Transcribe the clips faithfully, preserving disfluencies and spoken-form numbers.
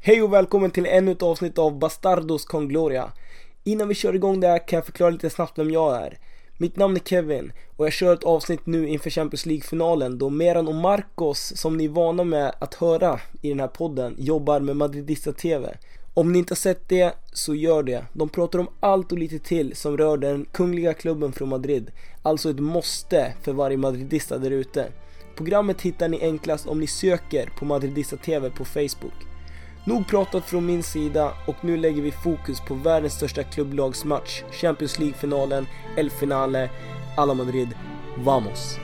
Hej och välkommen till ännu ett avsnitt av Bastardos con Gloria. Innan vi kör igång det här kan jag förklara lite snabbt vem jag är. Mitt namn är Kevin och jag kör ett avsnitt nu inför Champions League-finalen då Meran och Marcos, som ni är vana med att höra i den här podden, jobbar med Madridista T V. Om ni inte har sett det, så gör det. De pratar om allt och lite till som rör den kungliga klubben från Madrid. Alltså ett måste för varje madridista där ute. Programmet hittar ni enklast om ni söker på Madridista T V på Facebook. Nog pratat från min sida och nu lägger vi fokus på världens största klubblagsmatch, Champions League-finalen, El Finale, Alla Madrid, vamos!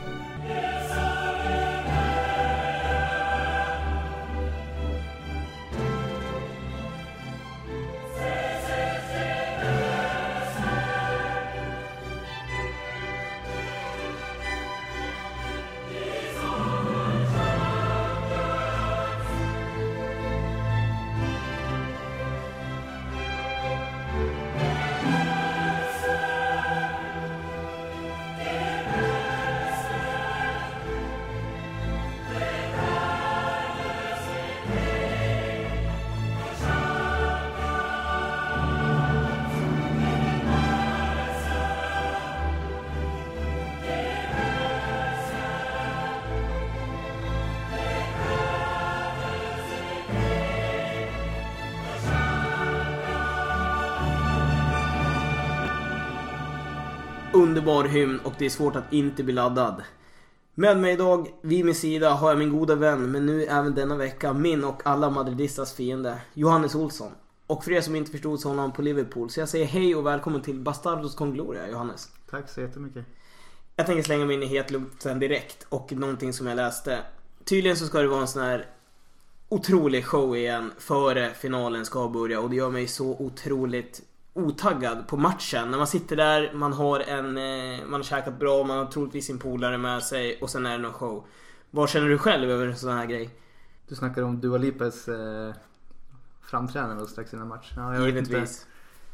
Underbar hymn och det är svårt att inte bli laddad. Med mig idag, vid min sida, har jag min goda vän, men nu även denna vecka min och alla madridistas fiende, Johannes Olsson. Och för er som inte förstod så honom på Liverpool, så jag säger hej och välkommen till Bastardos con Gloria, Johannes. Tack så jättemycket. Jag tänker slänga mig in i hetluften direkt och någonting som jag läste. Tydligen så ska det vara en sån här otrolig show igen före finalen ska börja, och det gör mig så otroligt otaggad på matchen. När man sitter där, man har en eh, man har käkat bra, man har troligtvis sin polare med sig och sen är det någon show. Vad känner du själv över en sån här grej? Du snackar om Dua Lipas eh, framträdande strax innan match. Ja, jag Givetvis.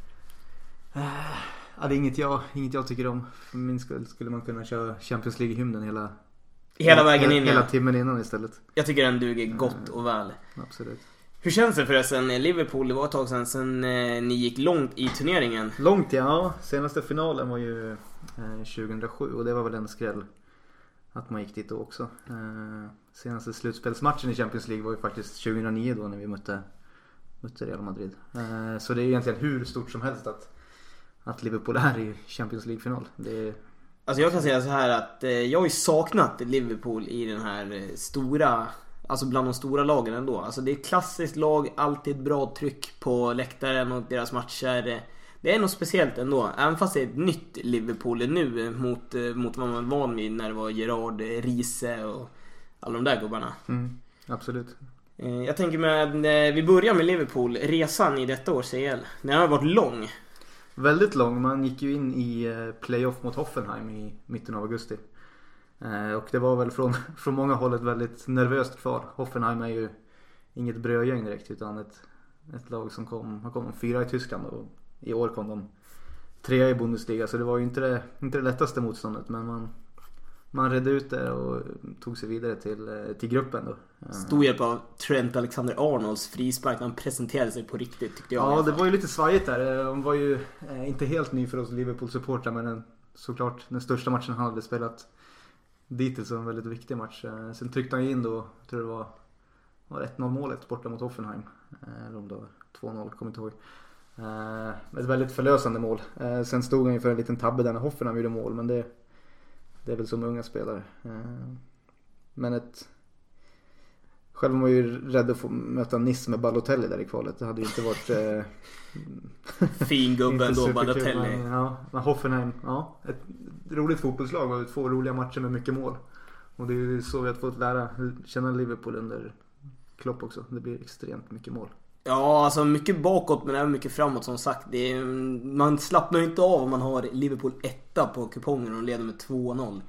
Uh, ja, det är inget jag, inget jag tycker om. För min skull skulle man kunna köra Champions League-hymnen hela Hela vägen in, hela ja. timmen innan istället. Jag tycker den duger gott och väl. Absolut. Hur känns det förresten? Liverpool, det var ett tag sedan, sedan eh, ni gick långt i turneringen. Långt, ja. Senaste finalen var ju eh, tjugohundrasju och det var väl en skräll att man gick dit då också. Eh, senaste slutspelsmatchen i Champions League var ju faktiskt tjugohundranio då när vi mötte, mötte Real Madrid. Eh, så det är egentligen hur stort som helst att, att Liverpool är i Champions League-final. Det är... Alltså jag kan säga så här att eh, jag har ju saknat Liverpool i den här eh, stora... Alltså bland de stora lagen ändå. Alltså det är ett klassiskt lag, alltid ett bra tryck på läktaren och deras matcher. Det är något speciellt ändå. Även fast det är ett nytt Liverpool nu mot, mot vad man var van vid när det var Gerard, Riese och alla de där gubbarna. Mm, absolut. Jag tänker med, vi börjar med Liverpool. Resan i detta års C L. Den har varit lång. Väldigt lång. Man gick ju in i playoff mot Hoffenheim i mitten av augusti. Och det var väl från, från många håll ett väldigt nervöst kvar. Hoffenheim är ju inget brödgäng direkt, utan ett, ett lag som kom, man kom fyra i Tyskland och i år kom de tre i Bundesliga. Så det var ju inte det, inte det lättaste motståndet, men man, man redde ut det och tog sig vidare till, till gruppen då. Stor hjälp av Trent Alexander-Arnolds frispark när han presenterade sig på riktigt, tyckte jag. Ja, det var ju lite svajigt där. De var ju inte helt ny för oss Liverpool-supportrar, men den, såklart den största matchen han hade spelat dittills, en väldigt viktig match. Sen tryckte han in då, tror det var, var ett noll målet borta mot Hoffenheim. Eller om det var två noll, kommer inte ihåg. Ett väldigt förlösande mål. Sen stod han ju för en liten tabbe där när Hoffenheim gjorde mål, men det, det är väl som unga spelare. Men ett... Själv var man ju rädd att få möta Nice med Balotelli där i kvalet. Det hade ju inte varit... Eh... fin gubben då, Balotelli. Men, ja, men Hoffenheim, ja. Ett roligt fotbollslag. Det var två roliga matcher med mycket mål. Och det är ju så vi har fått lära känna Liverpool under Klopp också. Det blir extremt mycket mål. Ja, alltså mycket bakåt men även mycket framåt som sagt. Det är, man slappnar ju inte av om man har Liverpool etta på kupongen och leder med två noll.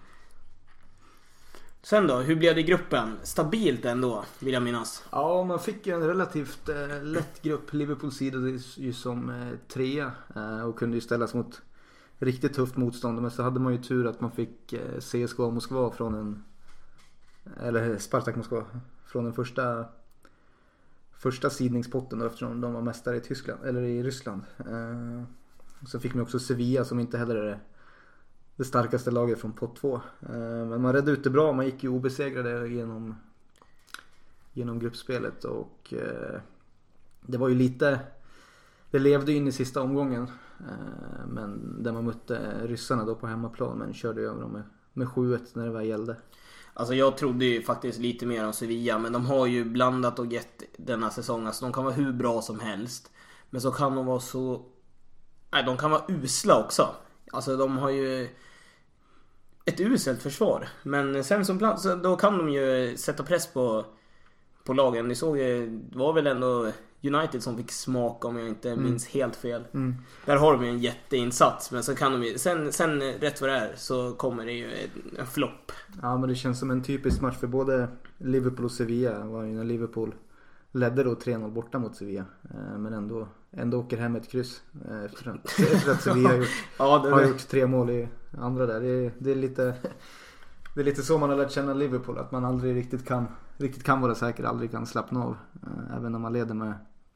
Sen då, hur blev det i gruppen? Stabilt ändå, vill jag minnas. Ja, man fick en relativt eh, lätt grupp. Liverpool sidade ju som eh, trea eh, och kunde ju ställas mot riktigt tufft motstånd. Men så hade man ju tur att man fick eh, C S K A Moskva från en... Eller Spartak Moskva från den första första sidningspotten då, eftersom de var mästare i Tyskland eller i Ryssland. Eh, så fick man också Sevilla som inte heller är det, det starkaste laget från pott två. Eh, men man redde ut det bra, man gick ju obesegrade genom genom gruppspelet och eh, det var ju lite, det levde in i sista omgången, eh, men där man mötte ryssarna då på hemmaplan, men körde över dem med, med sju ett när det väl gällde. Alltså jag trodde ju faktiskt lite mer om Sevilla, men de har ju blandat och gett denna säsong. Alltså de kan vara hur bra som helst, men så kan de vara så, nej, de kan vara usla också. Alltså de har ju ett uselt försvar, men sen som plats, då kan de ju sätta press på på lagen. Ni såg ju, det var väl ändå United som fick smak, om jag inte mm. minns helt fel. Mm. Där har de ju en jätteinsats, men så kan de ju, sen, sen rätt vad det är så kommer det ju en flopp. Ja, men det känns som en typisk match för både Liverpool och Sevilla. Var ju när Liverpool ledde då tre noll borta mot Sevilla, men ändå, ändå åker hem ett kryss efter att, efter att Sevilla har, gjort, ja, det har gjort tre mål i andra där. Det är, det är lite det är lite så man har lärt känna Liverpool, att man aldrig riktigt kan riktigt kan vara säker, aldrig kan slappna av, även när man leder med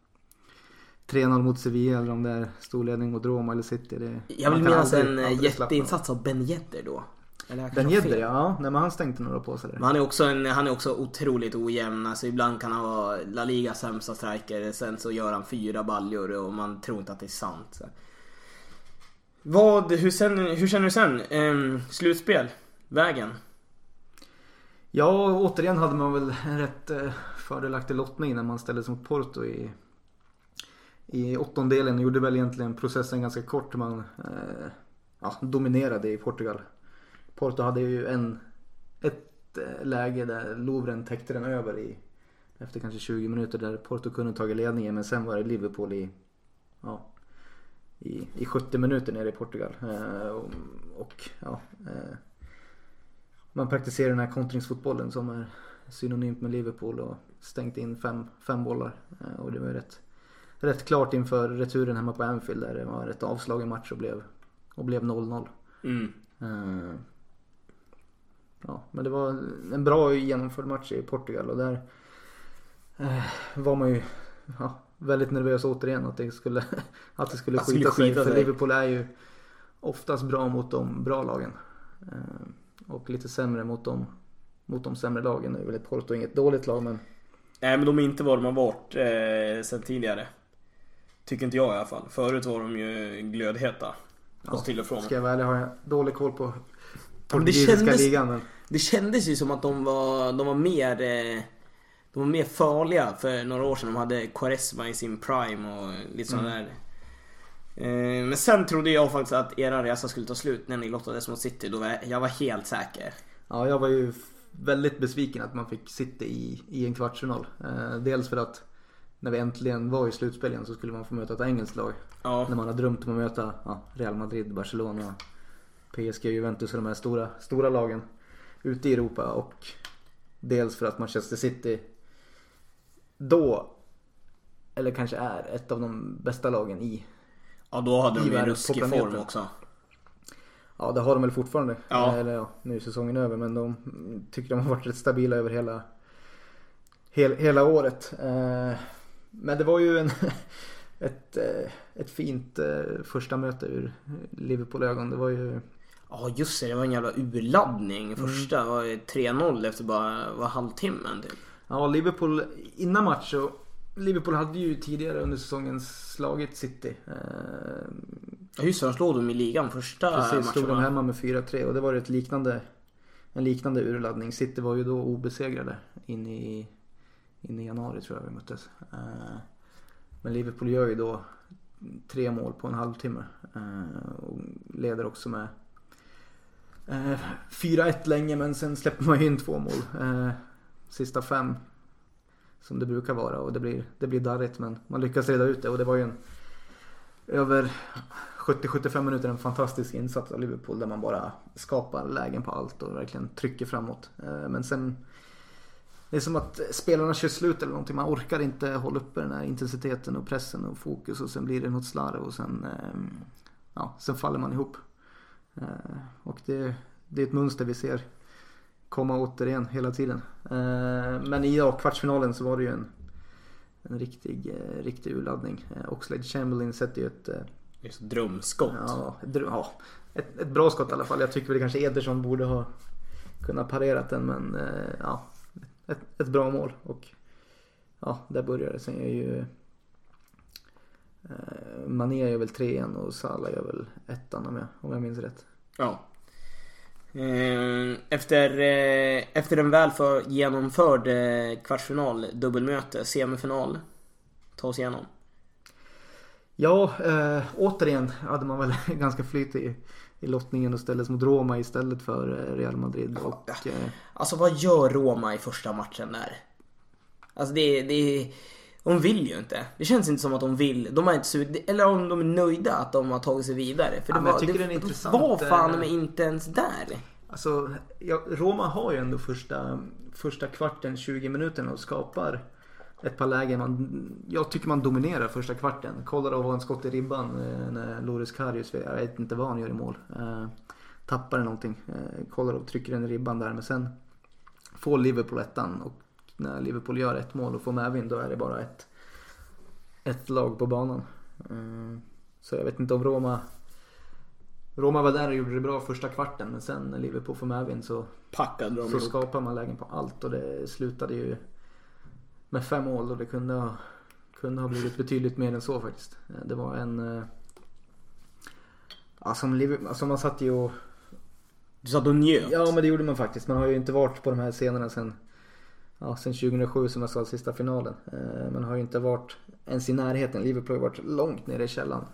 tre noll mot Sevilla eller om det är storledning mot Roma eller City. Det, jag vill minnas en jätteinsats av Ben Yedder då. Ben Yedder, ja. Nej, men han stängde några på sig där. Men han är också en, han är också otroligt ojämn. Alltså ibland kan han vara La Ligas sämsta striker, sen så gör han fyra baljor och man tror inte att det är sant. Så. Vad, hur, sen, hur känner du sen? Ehm, slutspel, vägen? Ja, återigen hade man väl en rätt eh, fördelaktig lottning när man ställdes mot Porto i i åttondelen. Gjorde väl egentligen processen ganska kort. Man eh, ja, dominerade i Portugal. Porto hade ju en ett eh, läge där Lovren täckte den över i efter kanske tjugo minuter, där Porto kunde tagit ledningen, men sen var det Liverpool i ja, i, i sjuttio minuter nere i Portugal. Eh, och, och ja eh, man praktiserar den här kontringsfotbollen som är synonymt med Liverpool och stängt in fem, fem bollar. Eh, och det var rätt rätt klart inför returen hemma på Anfield, där det var ett avslagen match och blev och blev noll noll. Mm. Uh, ja, men det var en bra genomförd match i Portugal, och där uh, var man ju ja, väldigt nervös återigen att det skulle att det skulle skita sig, för Liverpool är ju oftast bra mot de bra lagen uh, och lite sämre mot de mot de sämre lagen. Det är väl ett Porto inget dåligt lag, men nej, men de är inte vad de har varit eh, sen tidigare. Tycker inte jag i alla fall. Förut var de ju glödheta. Ja, till och från. Ska jag väl ha dålig koll på portugisiska ja, kändes, ligan. Men... det kändes ju som att de var, de var mer eh, de var mer farliga för några år sedan. De hade Quaresma i sin prime och lite sådana mm. där. Eh, men sen trodde jag faktiskt att era resa skulle ta slut när ni lottades mot City. Då var jag var helt säker. Ja, jag var ju väldigt besviken att man fick City i, i en kvartsfinal. Eh, dels för att när vi äntligen var i slutspelen så skulle man få möta ett engelskt lag. Ja. När man har drömt om att möta ja, Real Madrid, Barcelona, P S G, Juventus och de här stora, stora lagen ute i Europa. Och dels för att Manchester City då, eller kanske är, ett av de bästa lagen i. Ja, då hade de en ruskig form också. Ja, det har de väl fortfarande. Ja. Eller ja, nu är säsongen över, men de tycker de har varit rätt stabila över hela hel, hela året. Eh, men det var ju en ett, ett fint första möte ur Liverpool-ögon. Det var ju... Ja, just det. Det var en jävla urladdning. Första mm. var tre noll efter bara var halvtimmen typ. Ja, Liverpool innan match så Liverpool hade ju tidigare under säsongen slagit City. Ja, just det, de slog dem i ligan första matchen. Precis, slog de hemma med fyra tre, och det var ett liknande en liknande urladdning. City var ju då obesegrade in i in i januari tror jag vi möttes. Men Liverpool gör ju då tre mål på en halvtimme och leder också med fyra ett länge, men sen släpper man in två mål sista fem som det brukar vara, och det blir, det blir darrigt, men man lyckas reda ut det, och det var ju en över sjuttio till sjuttiofem minuter en fantastisk insats av Liverpool där man bara skapar lägen på allt och verkligen trycker framåt. Men sen det är som att spelarna kör slut eller någonting, man orkar inte hålla uppe den här intensiteten och pressen och fokus, och sen blir det något slarv och sen ja, sen faller man ihop. Och det, det är ett mönster vi ser komma återigen hela tiden. Men i ja, kvartsfinalen så var det ju en en riktig, eh, riktig urladdning. Eh, Oxlade Chamberlain sätter ju ett... Eh, Just drömskott. Ja, ett, dröm, ja ett, ett bra skott i alla fall. Jag tycker väl kanske Ederson borde ha kunnat parerat den, men eh, ja, ett, ett bra mål. Och ja, där börjar det. Sen är ju eh, Mané gör väl trean och Salah gör väl ettan om jag, om jag minns rätt. Ja. Efter, efter en väl för genomförd kvartsfinal, dubbelmöte, semifinal, ta oss igenom. Ja, äh, återigen hade man väl ganska flyt i, i lottningen och ställdes mot Roma istället för Real Madrid. Och, äh, alltså vad gör Roma i första matchen där? Alltså det, det de vill ju inte. Det känns inte som att de vill. De har inte sug, eller om de är nöjda att de har tagit sig vidare. För det ja, var, jag tycker det, det är intressant. Var fan de är inte ens där. Alltså, ja, Roma har ju ändå första, första kvarten, tjugo minuterna och skapar ett par lägen. Man, jag tycker man dominerar första kvarten. Kolarov har en skott i ribban eh, när Loris Karius, jag vet inte vad han gör i mål. Eh, tappar det någonting. Eh, Kolarov trycker den i ribban där, men sen får Liverpool ettan. Och när Liverpool gör ett mål och får medvind, då är det bara ett, ett lag på banan. Eh, så jag vet inte om Roma... Roma var där och gjorde det bra första kvarten, men sen när Liverpool får medvind så, packade de så ihop. skapar man lägen på allt, och det slutade ju med fem mål, och det kunde ha, kunde ha blivit betydligt mer än så faktiskt. Det var en... Ja, som, Liverpool, alltså man satt ju och... Du satt och njöt? Ja, men det gjorde man faktiskt. Man har ju inte varit på de här scenerna sen, ja, sen tjugohundrasju som jag sa, sista finalen. Man har ju inte varit ens i närheten. Liverpool har varit långt nere i källan.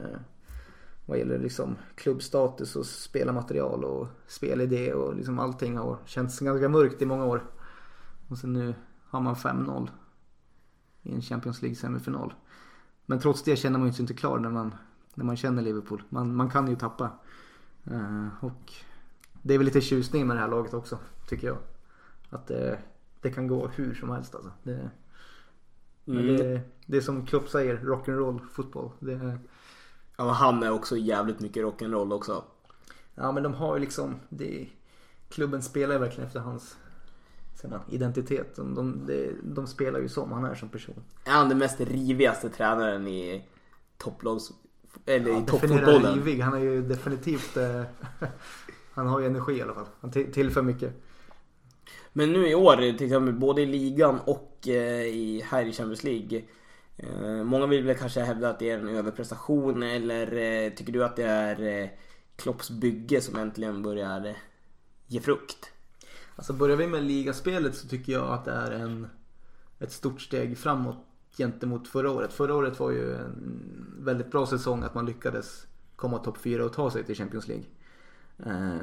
Vad gäller liksom klubbstatus och spelarmaterial och spelidé och liksom allting har känts ganska mörkt i många år. Och sen nu har man fem noll i en Champions League semifinal. Men trots det känner man ju inte klar när man, när man känner Liverpool. Man, man kan ju tappa. Uh, och det är väl lite tjusning med det här laget också, tycker jag. Att det, det kan gå hur som helst alltså. Det, mm. det, det är som Klopp säger, rock'n'roll fotboll. Det, ja, han är också jävligt mycket rock'n'roll också. Ja, men de har ju liksom det, klubben spelar verkligen efter hans, säger man, identitet. De, de, de, de spelar ju som han är som person. Är han den mest rivigaste tränaren i topplags eller ja, i toppfotbollen? Rivig. Han är ju definitivt eh, han har ju energi i alla fall. Han t- tillför mycket. Men nu i år, till exempel både i ligan och eh, i här i Champions League, eh, många vill väl kanske hävda att det är en överprestation, eller eh, tycker du att det är eh, Klopps bygge som äntligen börjar eh, ge frukt? Alltså börjar vi med ligaspelet så tycker jag att det är en, ett stort steg framåt gentemot förra året. Förra året var ju en väldigt bra säsong, att man lyckades komma topp fyra och ta sig till Champions League. Eh,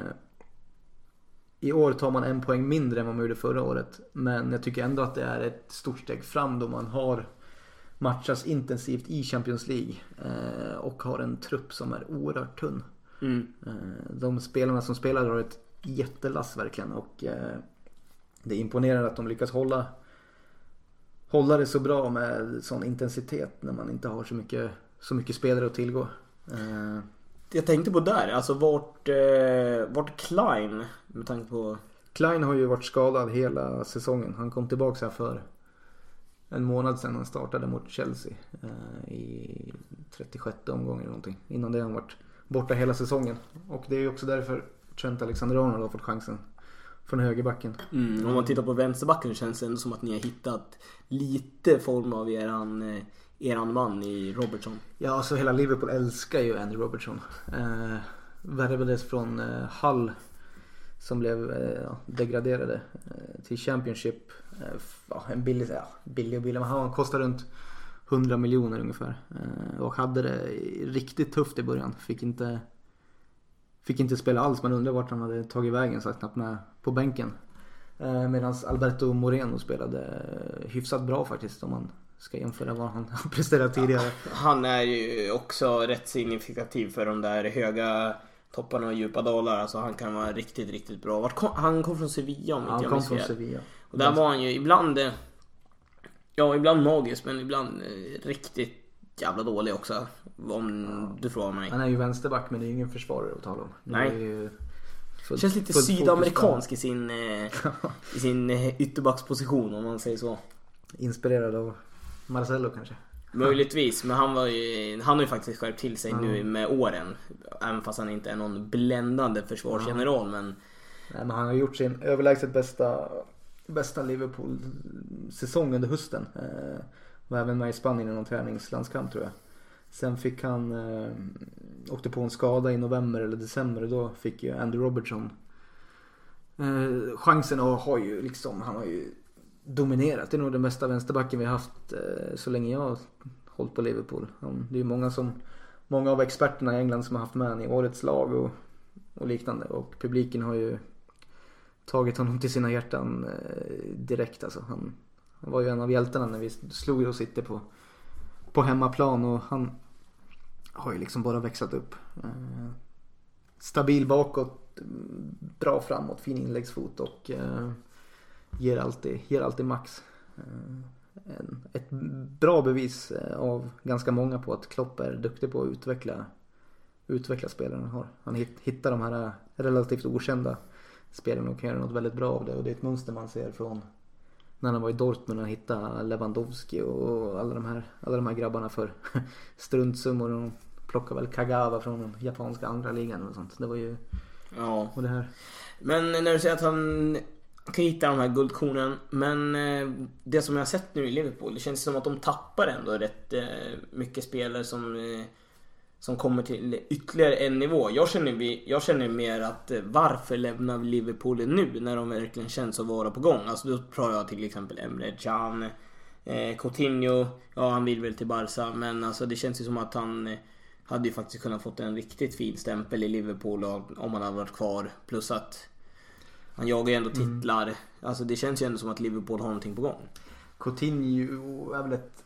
I år tar man en poäng mindre än vad man gjorde förra året. Men jag tycker ändå att det är ett stort steg fram då man har matchats intensivt i Champions League. Eh, och har en trupp som är oerhört tunn. Mm. Eh, de spelarna som spelar har ett jättelass verkligen. Och eh, det är imponerande att de lyckas hålla hålla det så bra med sån intensitet när man inte har så mycket, så mycket spelare att tillgå. Eh, Jag tänkte på där, alltså vart, eh, vart Klein, med tanke på... Klein har ju varit skadad hela säsongen. Han kom tillbaka här för en månad sedan han startade mot Chelsea eh, i trettiosjätte omgången eller någonting. Innan det har han varit borta hela säsongen. Och det är ju också därför Trent Alexander-Arnold har fått chansen från högerbacken. Mm, om man tittar på vänsterbacken känns det ändå som att ni har hittat lite form av eran, eh, eran man i Robertson. Ja, alltså hela Liverpool älskar ju Andy Robertson. Eh, värvades från eh, Hull som blev eh, degraderade eh, till Championship. Eh, ja, en billig, ja, billig och billig, men han kostar runt hundra miljoner ungefär. Eh, och hade det riktigt tufft i början. Fick inte fick inte spela alls, man undrar vart han hade tagit vägen, så knappt med på bänken. Eh, Medan Alberto Moreno spelade hyfsat bra faktiskt, om man ska jämföra vad han presterat tidigare. Ja, han är ju också rätt signifikativ för de där höga topparna och djupa dalar. Alltså han kan vara riktigt, riktigt bra. Vart kom, han kom från Sevilla om ja, inte han jag kom från Sevilla. Och där var han ju ibland, ja ibland magisk, men ibland riktigt jävla dålig också. Om ja. du frågar mig. Han är ju vänsterback, men det är ingen försvarare att tala om. Nej. Det är ju fullt, känns lite sydamerikansk i sin, i sin ytterbacksposition, om man säger så. Inspirerad av Marcelo kanske. Möjligtvis, men han var ju, han har ju faktiskt skärpt till sig ja. nu med åren. Även fast han inte är någon bländande försvarsgeneral. Ja. Men... Nej, men han har gjort sin överlägset bästa, bästa Liverpool-säsong under hösten. Eh, var även med i Spanien i någon träningslandskamp tror jag. Sen fick han eh, åkte på en skada i november eller december och då fick ju Andy Robertson eh, chansen och har ju liksom, han har ju dominerat. Det är nog den bästa vänsterbacken vi har haft eh, så länge jag har hållit på Liverpool. Han, det är ju många som många av experterna i England som har haft med han i årets lag och, och liknande, och publiken har ju tagit honom till sina hjärtan eh, direkt alltså. Han, han var ju en av hjältarna när vi slog och sitter på på hemmaplan, och han har ju liksom bara växlat upp. Eh, stabil bakåt, bra framåt, fin inläggsfot och eh, ger alltid ger alltid max. Eh, en, ett bra bevis av ganska många på att Klopp är duktig på att utveckla utveckla spelarna han har. Han hittar de här relativt okända spelarna och kan göra något väldigt bra av det, och det är ett mönster man ser från när han var i Dortmund och hittade Lewandowski och alla de här, alla de här grabbarna för struntsummor, och de plockade väl Kagawa från den japanska andra ligan och sånt. Det var ju ja. Och det här. Men när du säger att han kan hitta de här guldkornen, men det som jag har sett nu i Liverpool, det känns som att de tappar ändå rätt mycket spelare som som kommer till ytterligare en nivå. Jag känner, jag känner mer att varför lämnar Liverpool nu när de verkligen känns att vara på gång. Alltså då pratar jag till exempel Emre Can, eh, Coutinho, ja han vill väl till Barca, men alltså det känns ju som att han hade ju faktiskt kunnat fått en riktigt fin stämpel i Liverpool om han hade varit kvar, plus att han jagar ju ändå titlar. Mm. Alltså det känns ju ändå som att Liverpool har någonting på gång. Coutinho är väl ett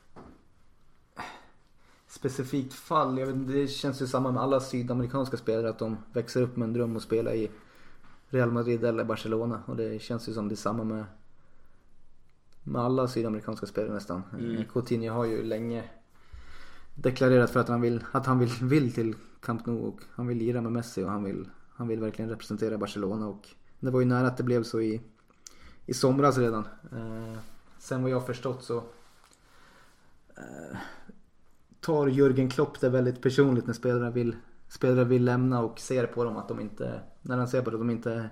specifikt fall. Jag vet, det känns ju samma med alla sydamerikanska spelare, att de växer upp med en dröm att spela i Real Madrid eller Barcelona, och det känns ju som det är samma med med alla sydamerikanska spelare nästan. Mm. Coutinho har ju länge deklarerat för att han vill att han vill, vill till Camp Nou, och han vill lira med Messi, och han vill han vill verkligen representera Barcelona, och det var ju nära att det blev så i i somras redan. Eh, sen vad jag förstått så eh, tar Jürgen Klopp det väldigt personligt när spelare vill spelare vill lämna, och ser på dem att de inte, när han ser på det, att de inte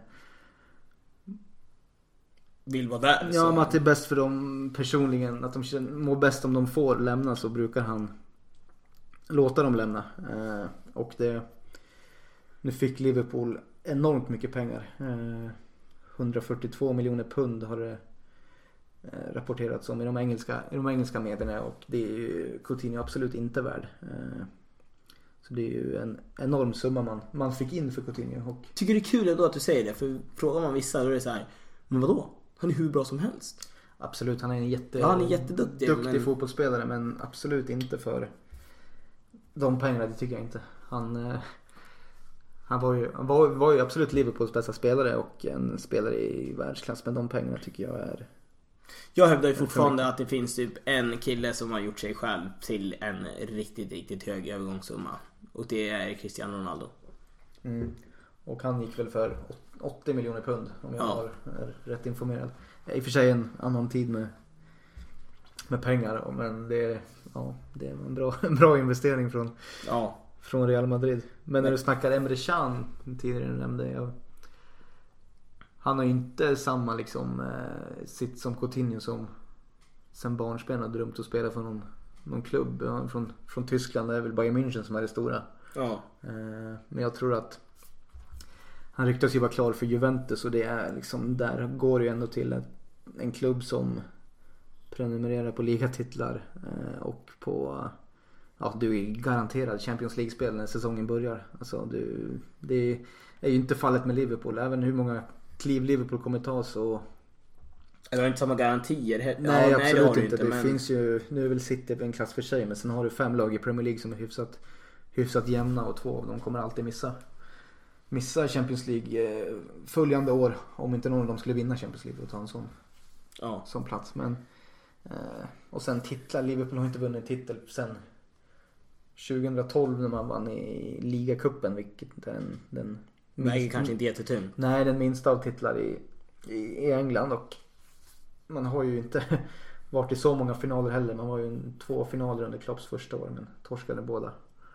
vill vara där. Ja, så. Men att det är bäst för dem personligen, att de mår bäst om de får lämna, så brukar han låta dem lämna. Eh, och det nu fick Liverpool enormt mycket pengar. Eh, hundrafyrtiotvå miljoner pund har det rapporterats om i de engelska, i de engelska medierna, och det är ju Coutinho absolut inte värd. Så det är ju en enorm summa man, man fick in för Coutinho. Och... Tycker det är kul ändå att du säger det, för frågar man vissa då är det så här, men vadå? Han är hur bra som helst. Absolut, han är en jätte, ja, han är jätteduktig duktig men... fotbollsspelare, men absolut inte för de pengarna, det tycker jag inte. Han, han, var, ju, han var, var ju absolut Liverpools bästa spelare och en spelare i världsklass, men de pengarna tycker jag är... Jag hävdar ju fortfarande att det finns typ en kille som har gjort sig själv till en riktigt, riktigt hög övergångssumma. Och det är Cristiano Ronaldo. Mm. Och han gick väl för åttio miljoner pund, om jag ja. är rätt informerad. I och för sig en annan tid med, med pengar, men det är, ja, det är en, bra, en bra investering från, ja. från Real Madrid. Men när du snackar Emre Can tidigare nämnde jag, han har inte samma liksom eh, sitt som Coutinho som sen barnsben har drömt att spela för någon, någon klubb från, från Tyskland. Det är väl Bayern München som är det stora. Ja. Eh, men jag tror att han ryktas ju vara klar för Juventus, och det är liksom, där går ju ändå till ett, en klubb som prenumererar på ligatitlar eh, och på, ja, du är garanterad Champions League-spel när säsongen börjar. Alltså du, det är ju inte fallet med Liverpool, även hur många kliv Liverpool kommer ta så... Det har inte samma garantier. Nej, ja, absolut nej, det inte. Det men... finns ju, nu är väl City en klass för sig, men sen har du fem lag i Premier League som är hyfsat, hyfsat jämna, och två av dem kommer alltid missa missa Champions League eh, följande år, om inte någon av dem skulle vinna Champions League och ta en sån, ja. sån plats. Men, eh, och sen titlar, Liverpool har inte vunnit titel sen tjugohundratolv när man vann i ligacupen, vilket är den, den väger kanske inte jättetungt. Nej, den minsta av titlar i, i, i England, och man har ju inte varit i så många finaler heller. Man var ju en, två finaler under Klopps första år, men torskade båda.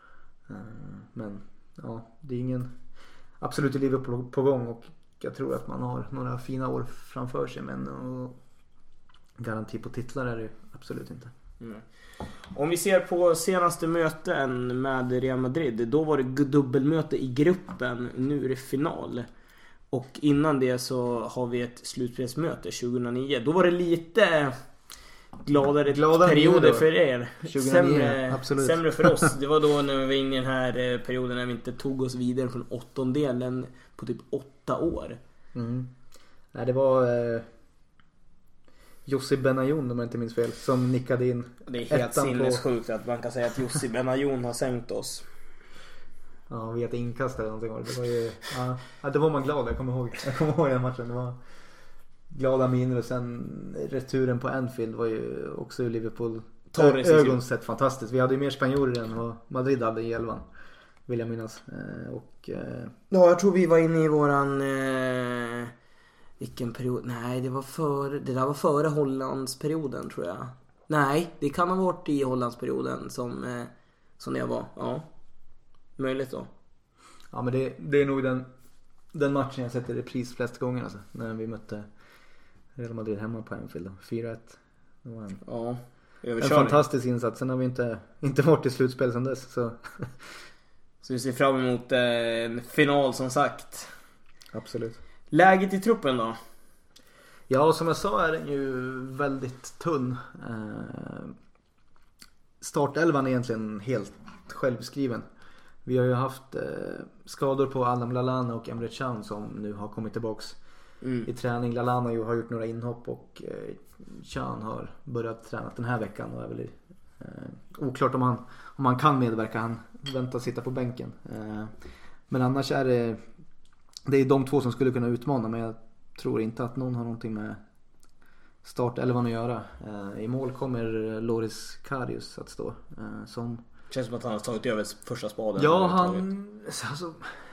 Men ja, det är ingen absolut i Liverpool på gång, och jag tror att man har några fina år framför sig, men och garanti på titlar är det absolut inte. Mm. Om vi ser på senaste möten med Real Madrid, då var det dubbelmöte i gruppen, nu är det final. Och innan det så har vi ett slutspelsmöte tjugohundranio. Då var det lite gladare, gladare perioder för er. tjugohundranio, sämre, absolut. sämre för oss. Det var då när vi var inne i den här perioden när vi inte tog oss vidare från åttondelen på typ åtta år. Mm. Nej, det var eh, Jussi Benayoun, om jag inte minns fel, som nickade in. Det är helt sinnessjukt på... att man kan säga att Jussi Benayoun har sänkt oss. Ja, vi hade inkast eller någonting. Det var ju, ja, det var man glad, jag kommer ihåg. Jag kommer ihåg den matchen. Det var glada miner, och sen returen på Anfield var ju också i Liverpool ögon sett fantastiskt. Vi hade ju mer spanjorer än vad Madrid hade i elvan, vill jag minnas. Och ja, jag tror vi var inne i våran eh, vilken period? Nej, det var före, det där var före Hollandsperioden, tror jag. Nej, det kan ha varit i Hollandsperioden som eh, som det var. Ja. Möjligt då. Ja, men det, det är nog den den matchen jag sett i repris flest gånger, alltså, när vi mötte Real Madrid hemma på Anfield. fyra ett. Det var en, ja, en fantastisk insats. Sen har vi inte, inte varit i slutspel sedan dess. Så, så vi ser fram emot eh, en final, som sagt. Absolut. Läget i truppen då? Ja, som jag sa är den ju väldigt tunn. Eh, startelvan är egentligen helt självskriven. Vi har ju haft eh, skador på Adam Lallana och Emre Can som nu har kommit tillbaks mm. i träning. Lallana ju har gjort några inhopp, och eh, Can har börjat träna den här veckan och är väl eh, oklart om han, om han kan medverka. Han väntar sitta på bänken. Eh, men annars är det det är de två som skulle kunna utmana, men jag tror inte att någon har någonting med startelvan att göra. Eh, I mål kommer Loris Karius att stå eh, som känns som att han har tagit över första spaden. Ja, han alltså,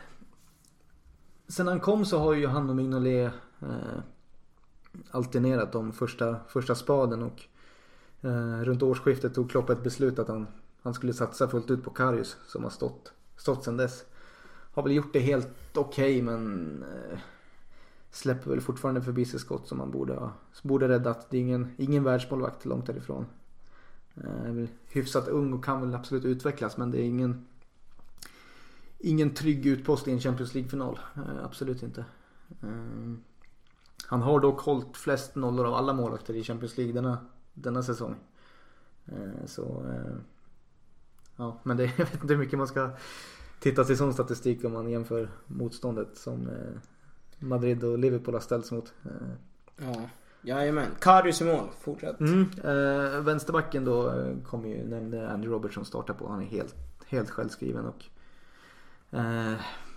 sen han kom så har ju han och Mignolet eh, alternerat de första, första spaden, och eh, runt årsskiftet tog Klopp ett beslut att han, han skulle satsa fullt ut på Karius, som har stått, stått sedan dess. Har väl gjort det helt okej, okay, men eh, släpper väl fortfarande förbi sig skott som man borde ha, borde räddat. Det är ingen, ingen världsmålvakt långt därifrån. Eh, hyfsat ung och kan väl absolut utvecklas, men det är ingen ingen trygg utpost i en Champions League-final. Eh, absolut inte. Eh, han har dock hållit flest nollor av alla målvakter i Champions League denna, denna säsong. Eh, så eh, ja, men det, jag vet inte hur mycket man ska titta till sån statistik om man jämför motståndet som eh, Madrid och Liverpool har ställts mot. Eh. Ja. Jajamän, Karius i mål, fortsätt. Mm, eh, vänsterbacken då eh, kommer ju, nämnde Andy Robertson starta på. Han är helt, helt självskriven, och eh,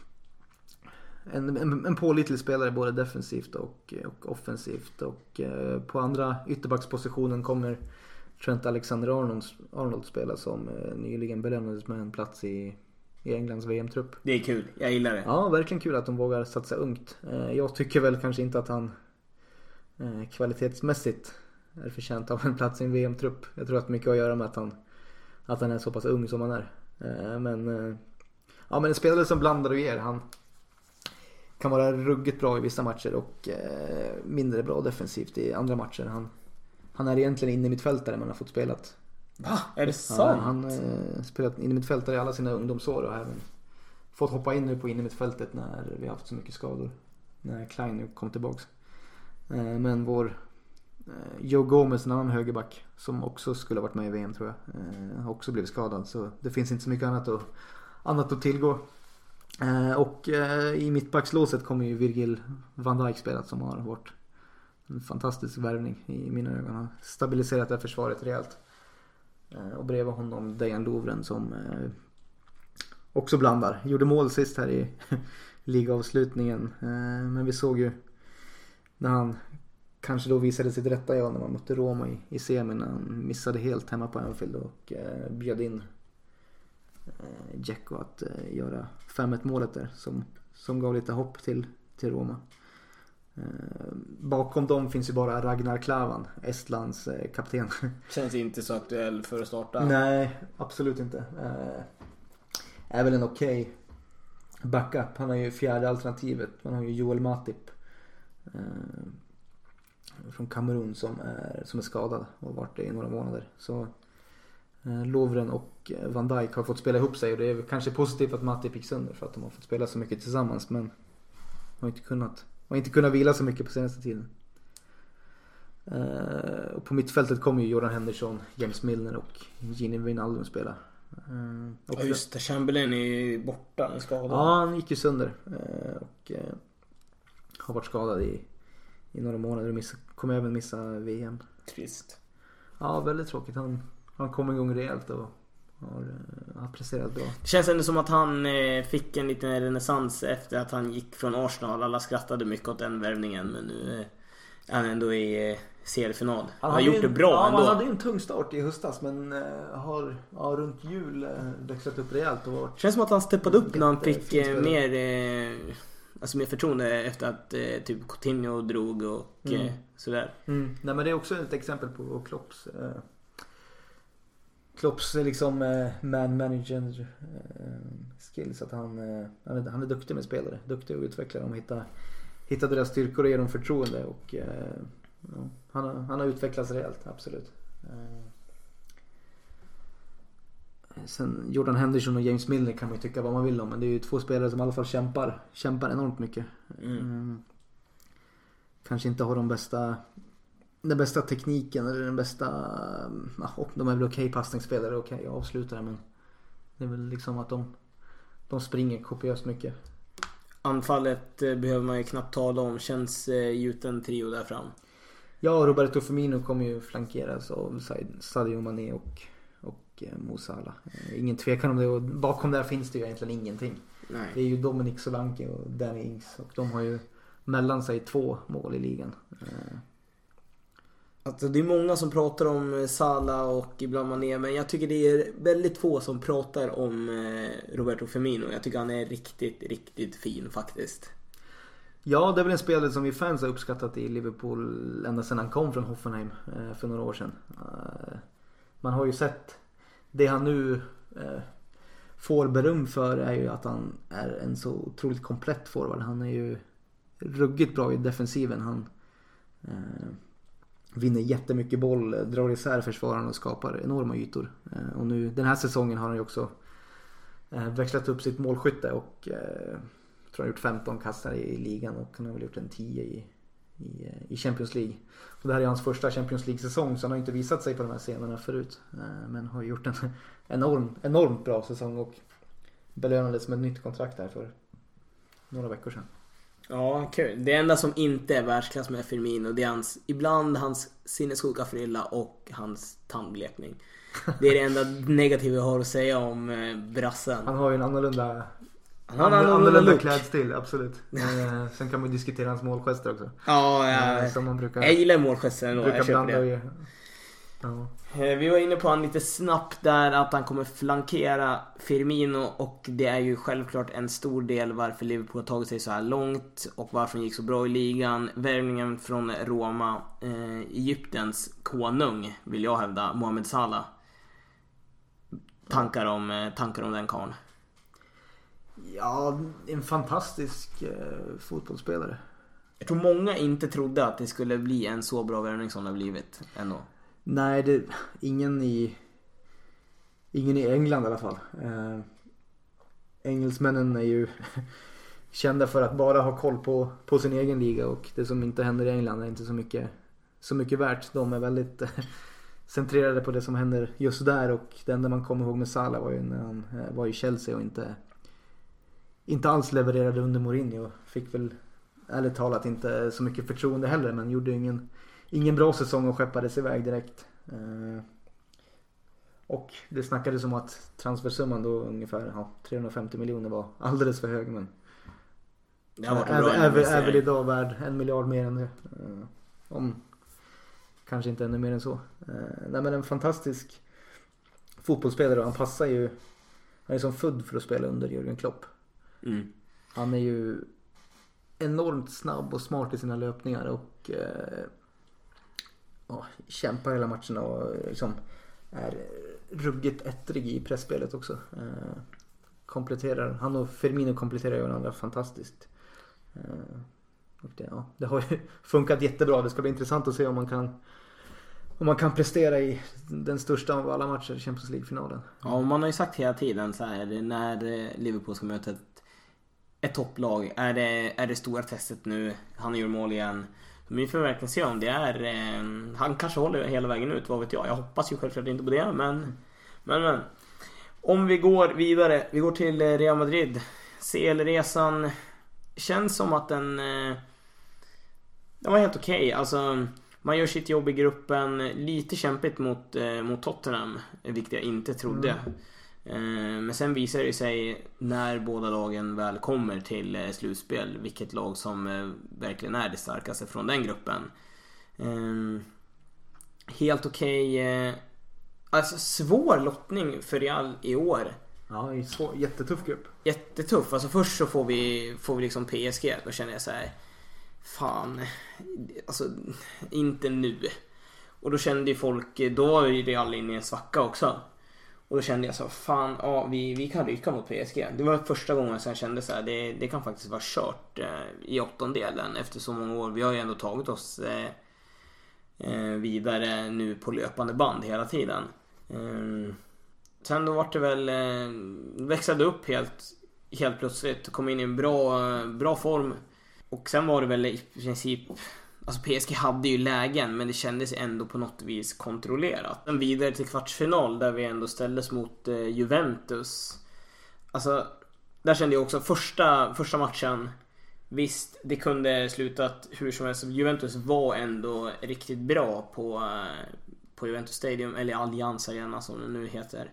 en, en, en pålitlig spelare både defensivt och, och offensivt. Och eh, på andra ytterbackspositionen kommer Trent Alexander-Arnold Arnold spela, som eh, nyligen belönades med en plats i i Englands V M-trupp. Det är kul, jag gillar det. Ja, verkligen kul att de vågar satsa ungt. Eh, jag tycker väl kanske inte att han eh, kvalitetsmässigt är förtjänt av en plats i en V M-trupp. Jag tror att mycket har att göra med att han, att han är så pass ung som han är. Eh, men eh, ja, men en spelare som blandar och ger. Han kan vara ruggigt bra i vissa matcher och eh, mindre bra defensivt i andra matcher. Han, han är egentligen inne i mittfältare, man har fått spelat. Va? Är det sant? Ja, han har eh, spelat in i mittfältare i alla sina ungdomsår och har även fått hoppa in nu på in i mittfältet när vi har haft så mycket skador. När Klein nu kom tillbaks. Eh, men vår eh, Joe Gomez, en annan högerback som också skulle ha varit med i V M, tror jag, eh, har också blivit skadad. Så det finns inte så mycket annat att, annat att tillgå. Eh, och eh, i mittbackslåset kommer ju Virgil van Dijk spelat, som har varit en fantastisk värvning i mina ögon. Han har stabiliserat det försvaret rejält. Och bredvid honom Dejan Lovren, som eh, också blandar. Gjorde mål sist här i ligaavslutningen. Eh, men vi såg ju när han kanske då visade sitt rätta jag när man mötte Roma i, i semin. När han missade helt hemma på Anfield och eh, bjöd in eh, Dzeko att eh, göra fem ett målet där. Som, som gav lite hopp till, till Roma. Bakom dem finns ju bara Ragnar Klavan, Estlands kapten. Känns inte så aktuell för att starta. Nej, absolut inte. Är väl en okej okay backup. Han har ju fjärde alternativet. Man har ju Joel Matip från Kamerun som är, som är skadad och har varit det i några månader. Så Lovren och Van Dijk har fått spela ihop sig, och det är kanske positivt att Matip gick sönder för att de har fått spela så mycket tillsammans, men har inte kunnat har inte kunnat vila så mycket på senaste tiden. Uh, och på mittfältet kommer ju Jordan Henderson, James Milner och Gini Wijnaldum spela. Uh, och ja, just det, Chamberlain är borta, en skadad. Ja, han gick ju sönder uh, och uh, har varit skadad i, i några månader och missa, kommer även missa V M. Trist. Ja, väldigt tråkigt. Han, han kom igång rejält och har, har presterat bra. Det känns ändå som att han eh, fick en liten renässans efter att han gick från Arsenal. Alla skrattade mycket åt den värvningen, men nu eh, är han ändå i eh, seriefinal. Han, han har gjort en, det bra ja, ändå. Han hade ju en tung start i höstas, men eh, har ja, runt jul eh, växlat upp rejält. Och varit, känns som att han steppade upp när han fick eh, mer eh, alltså mer förtroende efter att eh, typ Coutinho drog och mm. eh, sådär. Mm. Nej, men det är också ett exempel på Klopps eh, Klopps liksom eh, man manager eh, skills, att han, eh, han, är, han är duktig med spelare, duktig att utveckla dem, hitta, hitta deras styrkor och ge dem förtroende, och eh, ja, han, har, han har utvecklats rejält, absolut. Eh, sen Jordan Henderson och James Milner kan man ju tycka vad man vill om, men det är ju två spelare som i alla fall kämpar, kämpar enormt mycket. Mm. Eh, kanske inte har de bästa den bästa tekniken eller den bästa, ja, de är väl okej passningsspelare, okej okay, avslutare, men det är väl liksom att de de springer kopiöst mycket. Anfallet eh, behöver man ju knappt tala om, känns eh, gjuten trio där fram. Ja, Roberto Firmino kommer ju flankeras av Sadio Mané och och eh, Mo Salah. Eh, ingen tvekan om det, och bakom där finns det ju egentligen ingenting. Nej. Det är ju Dominic Solanke och Danny Ings, och de har ju mellan sig två mål i ligan. Eh, Alltså det är många som pratar om Salah och ibland Mané, men jag tycker det är väldigt få som pratar om Roberto Firmino. Jag tycker han är riktigt, riktigt fin faktiskt. Ja, det är väl en spelare som vi fans har uppskattat i Liverpool ända sedan han kom från Hoffenheim för några år sedan. Man har ju sett det han nu får beröm för är ju att han är en så otroligt komplett forward. Han är ju ruggigt bra i defensiven. Han vinner jättemycket boll, drar isär försvararna och skapar enorma ytor. Eh, och nu, den här säsongen har han ju också eh, växlat upp sitt målskytte och eh, tror han har gjort femton kastar i, i ligan, och han har väl gjort en tio i, i, i Champions League. Och det här är hans första Champions League-säsong, så han har inte visat sig på de här scenerna förut. Eh, men har gjort en enorm, enormt bra säsong och belönades med ett nytt kontrakt här för några veckor sedan. Ja, kul. Det enda som inte är världsklass med Firmino, det är hans, ibland hans sinnessjuka frilla och hans tandblekning. Det är det enda negativa jag har att säga om eh, brassen. Han har ju en annorlunda, han har en annorlunda, annorlunda klädstil, absolut. eh, sen kan man diskutera hans målgester också. Ja, ja. Eh, som man brukar, jag gillar målgesten då, jag köper det. Ja. Vi var inne på han lite snabbt där, att han kommer flankera Firmino, och det är ju självklart en stor del varför Liverpool har tagit sig så här långt och varför han gick så bra i ligan. Värvningen från Roma, eh, Egyptens konung vill jag hävda, Mohamed Salah. Tankar om, tankar om den karln? Ja, en fantastisk eh, fotbollsspelare. Jag tror många inte trodde att det skulle bli en så bra värvning som det har blivit ändå. Nej, det, ingen i ingen i England i alla fall. Eh, engelsmännen är ju kända för att bara ha koll på, på sin egen liga, och det som inte händer i England är inte så mycket, så mycket värt. De är väldigt centrerade på det som händer just där, och det enda man kommer ihåg med Salah var ju när han var i Chelsea och inte, inte alls levererade under Mourinho. Fick väl ärligt talat inte så mycket förtroende heller, men gjorde ingen Ingen bra säsong och skeppades iväg direkt. Eh, och det snackades om att transfersumman då ungefär ja, trehundrafemtio miljoner var alldeles för hög, men det har varit är, bra är, är, är väl idag värd en miljard mer än det. Eh, om kanske inte ännu mer än så. Eh, nej, men en fantastisk fotbollsspelare, och han passar ju, han är som född för att spela under Jürgen Klopp. Mm. Han är ju enormt snabb och smart i sina löpningar och eh, ja, kämpar hela matchen och liksom är ruggigt ettrig i pressspelet också. Eh, kompletterar, han och Firmino kompletterar ju varandra fantastiskt. Eh, och det, ja, det har ju funkat jättebra. Det ska bli intressant att se om man kan om man kan prestera i den största av alla matcher i Champions League-finalen. Ja, och man har ju sagt hela tiden så här, när Liverpool ska möta ett, ett topplag, är det, är det stora testet nu. Han gör mål igen. Vi får verkligen se om det är eh, han kanske håller hela vägen ut, vad vet jag. Jag hoppas ju självklart inte på det, men mm. men, men om vi går vidare, vi går till Real Madrid. C L-resan känns som att den eh, den var helt okej. Okay. Alltså man gör sitt jobb i gruppen, lite kämpigt mot, eh, mot Tottenham, vilket jag inte trodde. Mm. Eh, men sen visar det sig när båda lagen väl kommer till eh, slutspel, vilket lag som eh, verkligen är det starkaste från den gruppen. Eh, helt okej. Okay, eh, alltså svår lottning för Real i år. Ja, det är svår, jättetuff grupp. Jättetuff. Alltså först så får vi, får vi liksom P S G, då känner jag så här. Fan, alltså inte nu. Och då kände ju folk, då var ju Real inne i en svacka också. Och då kände jag så, fan, ja, vi, vi kan rycka mot P S G. Det var första gången som jag kände så här, det, det kan faktiskt vara kört eh, i åttondelen efter så många år. Vi har ju ändå tagit oss eh, eh, vidare nu på löpande band hela tiden. Eh, sen då var det väl, eh, växlade upp helt, helt plötsligt, kom in i en bra, bra form. Och sen var det väl i princip, alltså P S G hade ju lägen, men det kändes ändå på något vis kontrollerat. Sen vidare till kvartsfinal där vi ändå ställdes mot eh, Juventus. Alltså där kände jag också första, första matchen, visst det kunde slutat hur som helst. Juventus var ändå riktigt bra på, eh, på Juventus Stadium, eller Allianz Arena som det nu heter.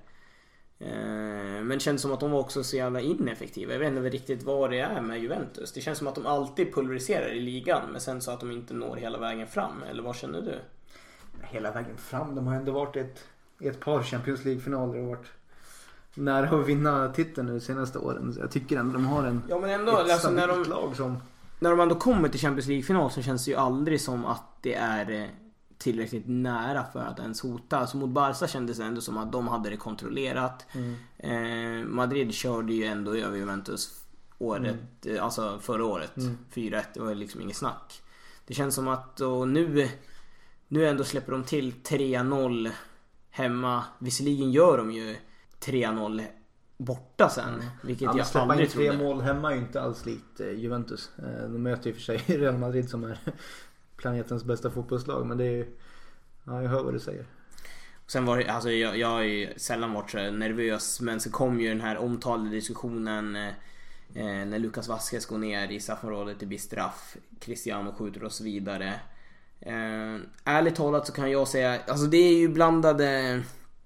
Men det känns som att de var också så jävla ineffektiva. Jag vet inte riktigt vad det är med Juventus. Det känns som att de alltid pulveriserar i ligan, men sen så att de inte når hela vägen fram. Eller vad känner du? Hela vägen fram? De har ändå varit ett, ett par Champions League-finaler och varit nära att vinna titeln nu de senaste åren. Så jag tycker ändå de har en, ja, men ändå, ett alltså, när de, lag som... När de ändå kommer till Champions League-final så känns det ju aldrig som att det är tillräckligt nära för att ens hota. Alltså mot Barca kändes det ändå som att de hade det kontrollerat. Mm. Eh, Madrid körde ju ändå över Juventus året, mm. alltså förra året. Mm. fyra ett, det var liksom inget snack. Det känns som att och nu, nu ändå släpper de till tre noll hemma. Visserligen gör de ju tre noll borta sen. Mm. Vilket ja, jag aldrig trodde. Tre mål hemma är ju inte alls likt Juventus. De möter ju för sig Real Madrid som är planetens bästa fotbollslag, men det är ju, ja, jag hör vad du säger. Sen var det, alltså jag, jag har ju sällan varit så nervös, men så kom ju den här omtalade diskussionen eh, när Lucas Vázquez går ner i straffområdet, det blir straff, Cristiano skjuter och så vidare. Eh, ärligt talat så kan jag säga, alltså det är ju blandade,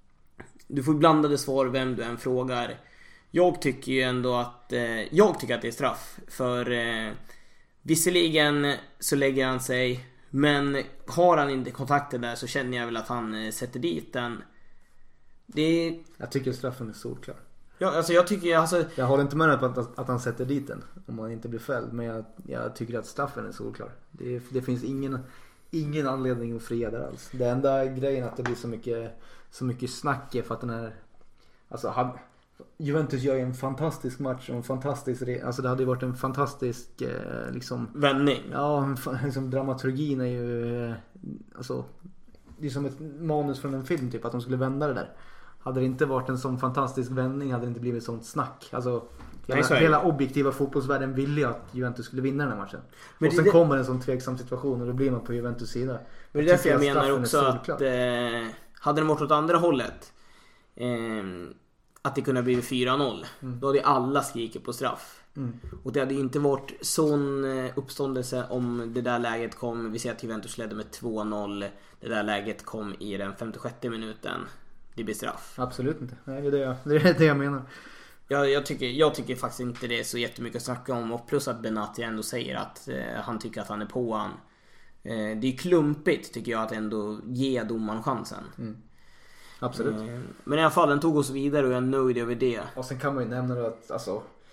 du får blandade svar vem du än frågar. Jag tycker ju ändå att eh, jag tycker att det är straff, för eh, visserligen så lägger han sig, men har han inte kontakten där så känner jag väl att han sätter dit den. Det är... Jag tycker straffen är solklar. Ja, alltså jag tycker alltså... Jag håller inte med på att, att han sätter dit den om han inte blir fälld, men jag, jag tycker att straffen är solklar. Det, det finns ingen, ingen anledning att fria där alls. Det enda grejen att det blir så mycket, så mycket snack är för att den här... Alltså, han, Juventus gör ju en fantastisk match och en fantastisk, alltså det hade ju varit en fantastisk eh, liksom vändning. Ja, liksom dramaturgin är ju eh, alltså det är som ett manus från en film typ, att de skulle vända det där. Hade det inte varit en sån fantastisk vändning hade det inte blivit sånt snack. Alltså hela, Nej, hela objektiva fotbollsvärlden ville ju att Juventus skulle vinna den här matchen. Men och sen det... kommer en sån tveksam situation och då blir man på Juventus sida. Men det är därför jag, jag menar också att eh, hade det varit åt andra hållet eh, att det kunde bli fyra noll. Mm. Då hade alla skrikit på straff. Mm. Och det hade inte varit sån uppståndelse om det där läget kom. Vi ser att Juventus ledde med två noll. Det där läget kom i den femtiosjätte minuten. Det blir straff. Absolut inte. Nej, det är det jag, det är det jag menar. Jag, jag, tycker, jag tycker faktiskt inte det är så jättemycket att snacka om. Och plus att Benati ändå säger att eh, han tycker att han är på han. Eh, det är klumpigt tycker jag att ändå ge domaren chansen. Mm. Absolut. Men i alla fall den tog oss vidare och jag är nöjd över det. Och sen kan man ju nämna att alltså,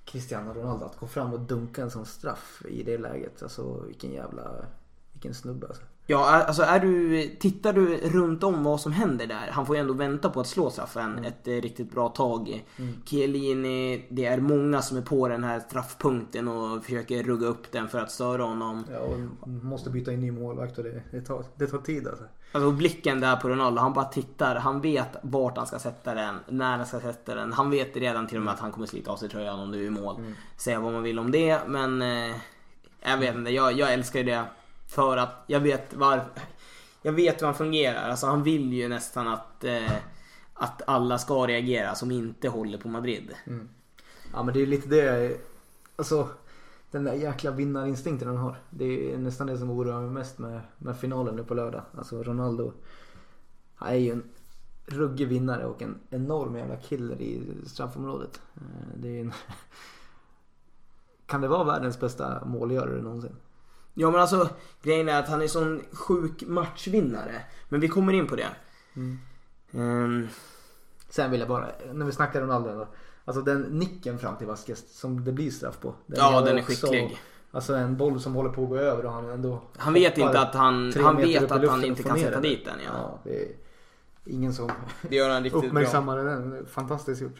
Cristiano Ronaldo att gå fram och dunka en sån straff i det läget. Alltså vilken jävla, vilken snubbe alltså. Ja, alltså är du, tittar du runt om vad som händer där, han får ju ändå vänta på att slå straffen mm. ett eh, riktigt bra tag. Mm. Chiellini, det är många som är på den här straffpunkten och försöker rugga upp den för att störa honom. Ja, och måste byta in ny målvakt och det, det, tar, det tar tid alltså. Alltså blicken där på Ronaldo, han bara tittar, han vet vart han ska sätta den, när han ska sätta den. Han vet redan till och med att han kommer slita av sig tröjan om du är i mål. Mm. Säga vad man vill om det, men eh, jag vet inte, jag, jag älskar det. För att jag vet var jag vet hur han fungerar. Alltså han vill ju nästan att eh, att alla ska reagera som inte håller på Madrid. Mm. Ja, men det är lite det, alltså den där jäkla vinnarinstinkten han har. Det är nästan det som oroar mig mest med, med finalen nu på lördag. Alltså Ronaldo, han är ju en ruggig vinnare och en enorm jävla killer i straffområdet. Det är en kan det vara världens bästa målgörare någonsin? Ja, men alltså grejen är att han är sån sjuk matchvinnare. Men vi kommer in på det. Mm. um. Sen vill jag bara, när vi snackar Ronaldo då, alltså den nicken fram till Vasquez som det blir straff på, den ja, den är skicklig. Alltså en boll som håller på att gå över och han ändå han vet inte att han han vet att han inte kan sätta dit den. Ja, ja det är ingen som det gör han riktigt uppmärksammar den. Fantastiskt gjort.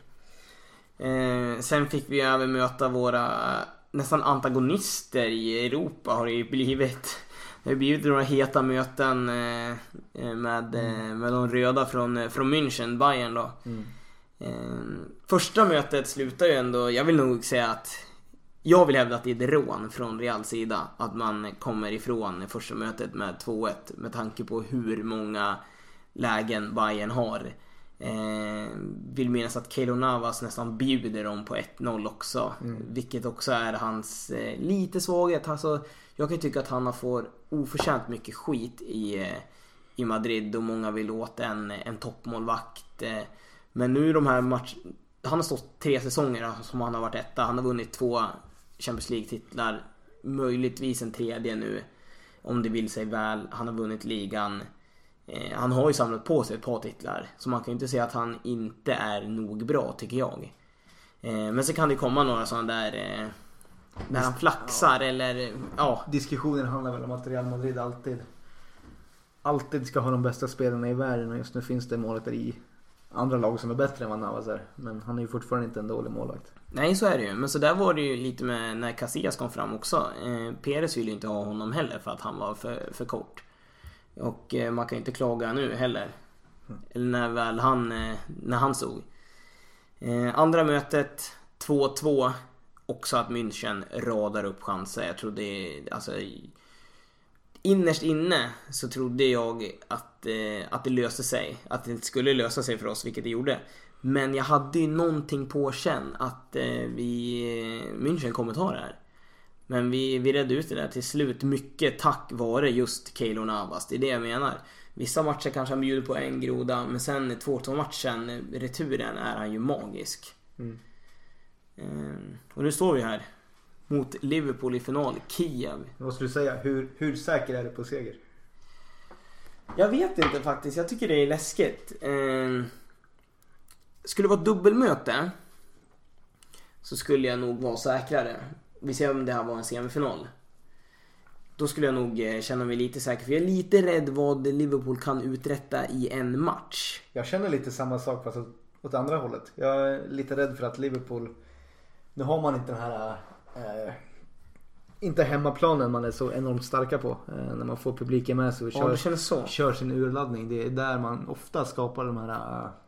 Eh, sen fick vi även möta våra nästan antagonister i Europa. Har det ju blivit det har blivit några heta möten eh, med, mm. med de röda från, från München, Bayern då. Mm. Eh, första mötet slutar ju ändå, jag vill nog säga att jag vill hävda att det är ett rån från Real sida att man kommer ifrån första mötet med två ett med tanke på hur många lägen Bayern har. Eh, vill minnas att Keylor Navas nästan bjuder dem på ett noll också, mm. vilket också är hans eh, lite svaghet. Alltså, jag kan tycka att han har får oförtjänt mycket skit i, eh, i Madrid och många vill åt en, en toppmålvakt. Eh, men nu de här match han har stått tre säsonger som han har varit etta. Han har vunnit två Champions League-titlar, möjligtvis en tredje nu om det vill sig väl. Han har vunnit ligan. Eh, han har ju samlat på sig ett par titlar, så man kan ju inte säga att han inte är nog bra, tycker jag. Eh, men så kan det komma några sådana där eh, när han flaxar, ja. Eller ja. Diskussionen handlar väl om att Real Madrid alltid alltid ska ha de bästa spelarna i världen, och just nu finns det målet i andra lag som är bättre än vad Navas är. Men han är ju fortfarande inte en dålig målvakt. Nej, så är det ju. Men så där var det ju lite med när Casillas kom fram också. eh, Perez ville ju inte ha honom heller för att han var för, för kort. Och eh, man kan inte klaga nu heller. Mm. Eller när väl han eh, när han såg. Eh, andra mötet två två. Också att München radar upp chanser. Jag trodde, alltså innerst inne så trodde jag att, eh, att det löste sig. Att det skulle lösa sig för oss, vilket det gjorde. Men jag hade ju någonting på känn att eh, vi München kommer ta det här. Men vi, vi redde ut det där till slut. Mycket tack vare just Keylor Navas. Det är det jag menar. Vissa matcher kanske han bjuder på en groda, men sen två två matchen, returen, är han ju magisk. Mm. Um, och nu står vi här mot Liverpool i final, Kiev. Vad skulle du säga? Hur, hur säker är du på seger? Jag vet inte faktiskt. Jag tycker det är läskigt. Um, skulle det vara ett dubbelmöte så skulle jag nog vara säkrare. Vi ser om det här var en semifinal. Då skulle jag nog känna mig lite säker. För jag är lite rädd vad Liverpool kan uträtta i en match. Jag känner lite samma sak fast åt andra hållet. Jag är lite rädd för att Liverpool, nu har man inte den här eh, inte hemmaplanen man är så enormt starka på, eh, när man får publiken med sig och kör, ja, så. kör sin urladdning. Det är där man ofta skapar de här eh,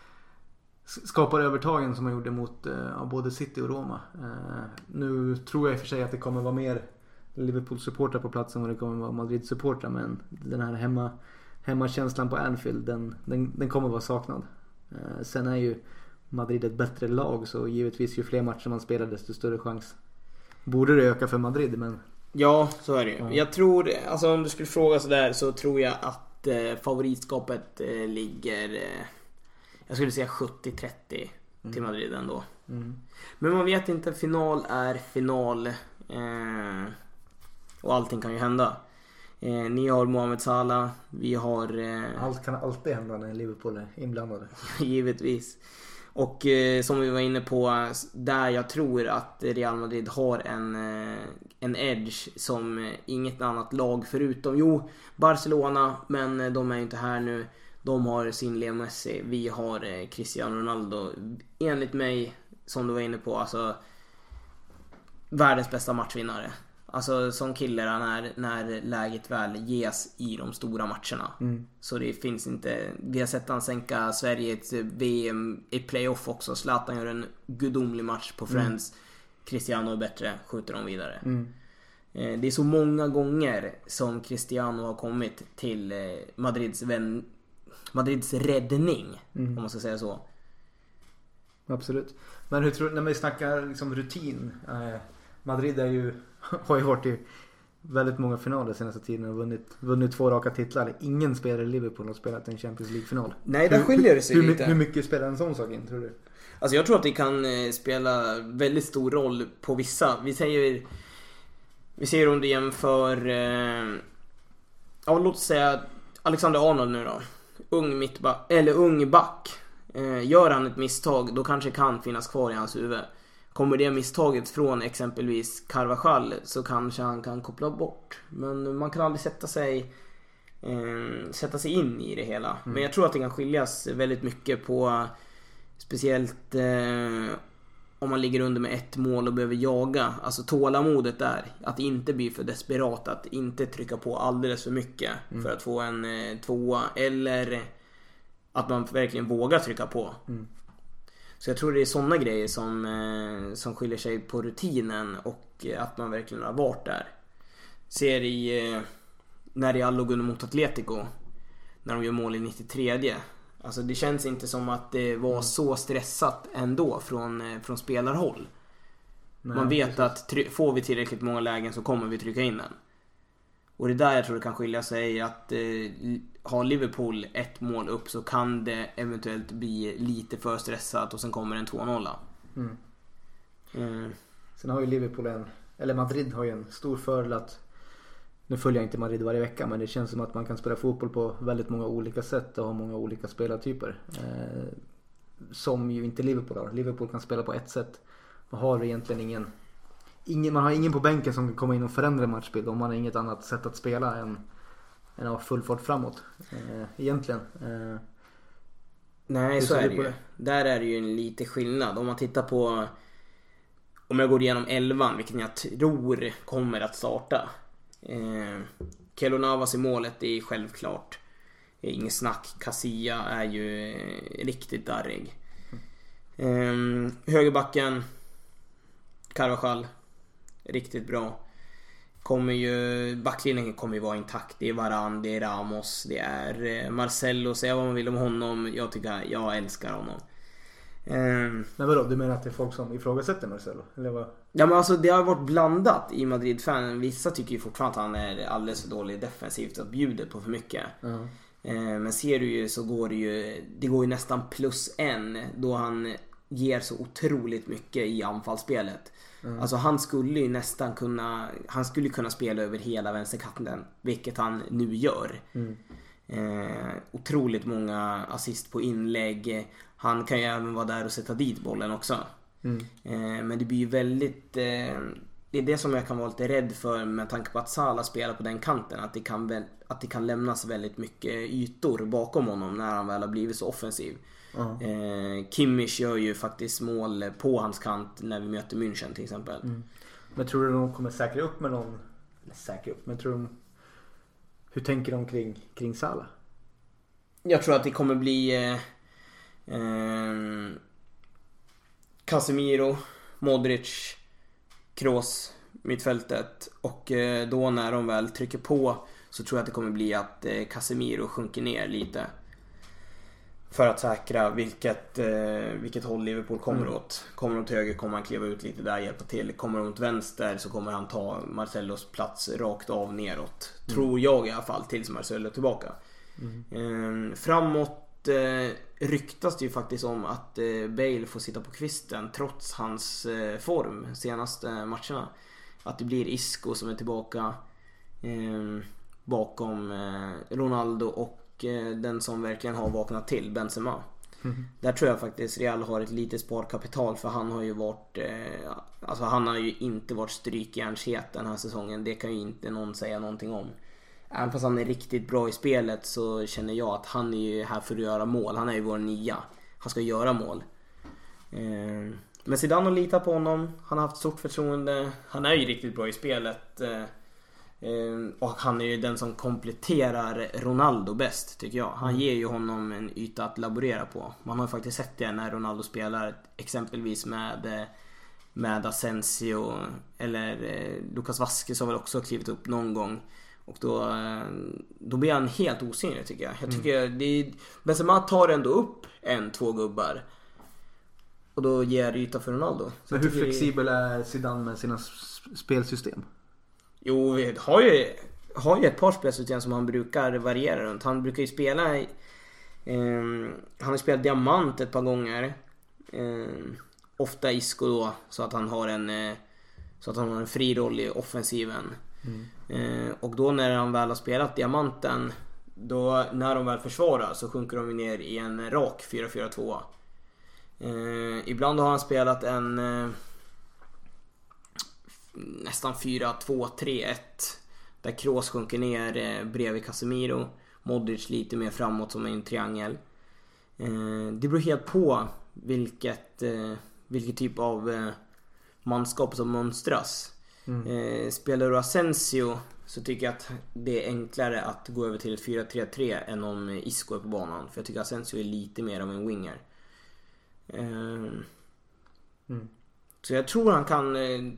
skapar övertagen som man gjorde mot eh, både City och Roma. Eh, nu tror jag i och för sig att det kommer vara mer Liverpool-supportrar på platsen än det kommer vara Madrid-supportrar, men den här hemma, hemmakänslan på Anfield, den, den, den kommer vara saknad. Eh, sen är ju Madrid ett bättre lag, så givetvis ju fler matcher man spelar desto större chans borde det öka för Madrid, men ja, så är det ju. Ja. Jag tror, alltså om du skulle fråga så där, så tror jag att eh, favoritskapet eh, ligger eh, jag skulle säga sjuttio trettio mm. till Madrid ändå. Mm. Men man vet inte, final är final. Eh, och allting kan ju hända. Eh, ni har Mohamed Salah, vi har... Eh, Allt kan alltid hända när Liverpool är inblandade. Givetvis. Och eh, som vi var inne på, där jag tror att Real Madrid har en, eh, en edge som eh, inget annat lag förutom, jo, Barcelona, men eh, de är ju inte här nu. De har sin Leo Messi, vi har eh, Cristiano Ronaldo. Enligt mig, som du var inne på, alltså världens bästa matchvinnare. Alltså som kille han är när läget väl ges i de stora matcherna. Mm. Så det finns inte. Vi har sett han sänka Sverige i ett V M i playoff också. Zlatan gör en gudomlig match på Friends. Mm. Cristiano är bättre, skjuter dem vidare. Mm. Det är så många gånger som Cristiano har kommit till Madrids vän, Madrids räddning, mm. om man ska säga så. Absolut. Men hur tror, när vi snackar liksom rutin, eh, Madrid är ju, har ju varit i väldigt många finaler senaste tiden och vunnit, vunnit två raka titlar. Ingen spelare i Liverpool har spelat en Champions League-final. Nej, där skiljer det sig hur, lite. Hur mycket spelar en sån sak in, tror du? Alltså jag tror att det kan spela väldigt stor roll på vissa. Vi säger Vi ser om det jämför eh, ja, låt oss säga Alexander Arnold nu då. Ung mittback, eller ung back. Eh, gör han ett misstag, då kanske kan finnas kvar i hans huvud. Kommer det misstaget från exempelvis Carvajal, så kanske han kan koppla bort. Men man kan aldrig sätta sig eh, sätta sig in i det hela. Mm. Men jag tror att det kan skiljas väldigt mycket på, speciellt eh, om man ligger under med ett mål och behöver jaga. Alltså tålamodet där, att inte bli för desperat, att inte trycka på alldeles för mycket mm. för att få en eh, tvåa, eller att man verkligen vågar trycka på. Mm. Så jag tror det är sådana grejer som, eh, som skiljer sig på rutinen, och eh, att man verkligen har varit där. Ser i eh, när Real låg under mot Atletico, när de gör mål i nittiotre. Alltså det känns inte som att det var mm. så stressat ändå från, eh, från spelarhåll. Nej, man vet precis. Att try- får vi tillräckligt många lägen så kommer vi trycka in den. Och det där jag tror det kan skilja sig, att eh, har Liverpool ett mål upp, så kan det eventuellt bli lite för stressat och sen kommer en två noll. Mm. Mm. Sen har ju Liverpool en, eller Madrid har ju en stor fördel att, nu följer jag inte Madrid varje vecka, men det känns som att man kan spela fotboll på väldigt många olika sätt och ha många olika spelartyper. Eh, som ju inte Liverpool har. Liverpool kan spela på ett sätt. Man har egentligen ingen Ingen, man har ingen på bänken som kan komma in och förändra matchbild, om man har inget annat sätt att spela än, än att ha full fart framåt eh, egentligen. Eh, Nej, så är det ju. Det? Där är det ju en lite skillnad. Om man tittar på, om jag går igenom elvan, vilken jag tror kommer att starta. Eh, Keylor Navas i målet är självklart. Det är ingen snack. Casilla är ju eh, riktigt darrig. Eh, högerbacken Carvajal, riktigt bra. Kommer ju, backlinjen kommer ju vara intakt. Det är Varane, det är Ramos, det är Marcelo. Säga vad man vill om honom. Jag tycker, jag älskar honom. Men vadå, du menar att det är folk som ifrågasätter Marcelo? Eller vad? Ja, men alltså det har varit blandat i Madrid-fan. Vissa tycker ju fortfarande att han är alldeles för dålig defensivt och bjuder på för mycket. Uh-huh. Men ser du ju, så går det ju, det går ju nästan plus en, då han ger så otroligt mycket i anfallsspelet. Mm. Alltså han skulle ju nästan kunna, han skulle kunna spela över hela vänsterkanten, vilket han nu gör. Mm. Eh, otroligt många assist på inlägg. Han kan ju även vara där och sätta dit bollen också. Mm. Eh, men det blir ju väldigt eh, det är det som jag kan vara lite rädd för, med tanke på att Salah spelar på den kanten, att det kan, väl, att det kan lämnas väldigt mycket ytor bakom honom när han väl har blivit så offensiv. Uh-huh. eh, Kimmich gör ju faktiskt mål på hans kant när vi möter München till exempel. Mm. Men tror du de kommer säkra upp med någon, eller säkra upp, men tror de, hur tänker de kring, kring Salah? Jag tror att det kommer bli eh, eh, Casemiro, Modric, Kroos mittfältet, och eh, då när de väl trycker på, så tror jag att det kommer bli att eh, Casemiro sjunker ner lite för att säkra vilket, eh, vilket håll Liverpool kommer mm. åt. Kommer de till höger kommer han kliva ut lite där, hjälpa till. Kommer de åt vänster så kommer han ta Marcelos plats rakt av neråt. Mm. Tror jag i alla fall, tills Marcelo är tillbaka. Mm. Eh, framåt eh, ryktas det ju faktiskt om att eh, Bale får sitta på kvisten trots hans eh, form senaste matcherna. Att det blir Isco som är tillbaka eh, bakom eh, Ronaldo och den som verkligen har vaknat till, Benzema. Mm. Där tror jag faktiskt Real har ett litet sparkapital, för han har ju varit eh, alltså han har ju inte varit strykjärnshet den här säsongen. Det kan ju inte någon säga någonting om. Även fast han är riktigt bra i spelet så känner jag att han är ju här för att göra mål. Han är ju vår nia. Han ska göra mål. Eh, men Zidane har litat på honom. Han har haft stort förtroende. Han är ju riktigt bra i spelet. Eh, eh, och han är ju den som kompletterar Ronaldo bäst, tycker jag. Han ger ju honom en yta att laborera på. Man har ju faktiskt sett det när Ronaldo spelar exempelvis med, med Asensio. Eller eh, Lucas Vázquez har väl också klivit upp någon gång. Och då, då blir han helt osynlig, tycker jag. Jag tycker mm. det är, Benzema tar ändå upp en, två gubbar. Och då ger det yta för Ronaldo. Så men hur flexibel det... är Zidane med sina spelsystem? Jo, vi har ju, har ju ett par spelsystem som han brukar variera runt. Han brukar ju spela eh, han har spelat diamant ett par gånger. Eh, ofta Isco då, så att han har en eh, så att han har en fri roll i offensiven. Mm. Eh, och då när han väl har spelat diamanten, då när de väl försvarar så sjunker de ner i en rak fyra fyra två. eh, Ibland har han spelat en eh, nästan fyra två tre ett, där Kroos sjunker ner eh, bredvid Casemiro, Modric lite mer framåt som en triangel. eh, Det beror helt på vilket eh, vilket typ av eh, manskap som mönstras. Mm. Eh, spelar du Asensio så tycker jag att det är enklare att gå över till ett fyra tre tre än om Isco är på banan. För jag tycker Asensio är lite mer av en winger. eh, mm. Så jag tror han kan eh,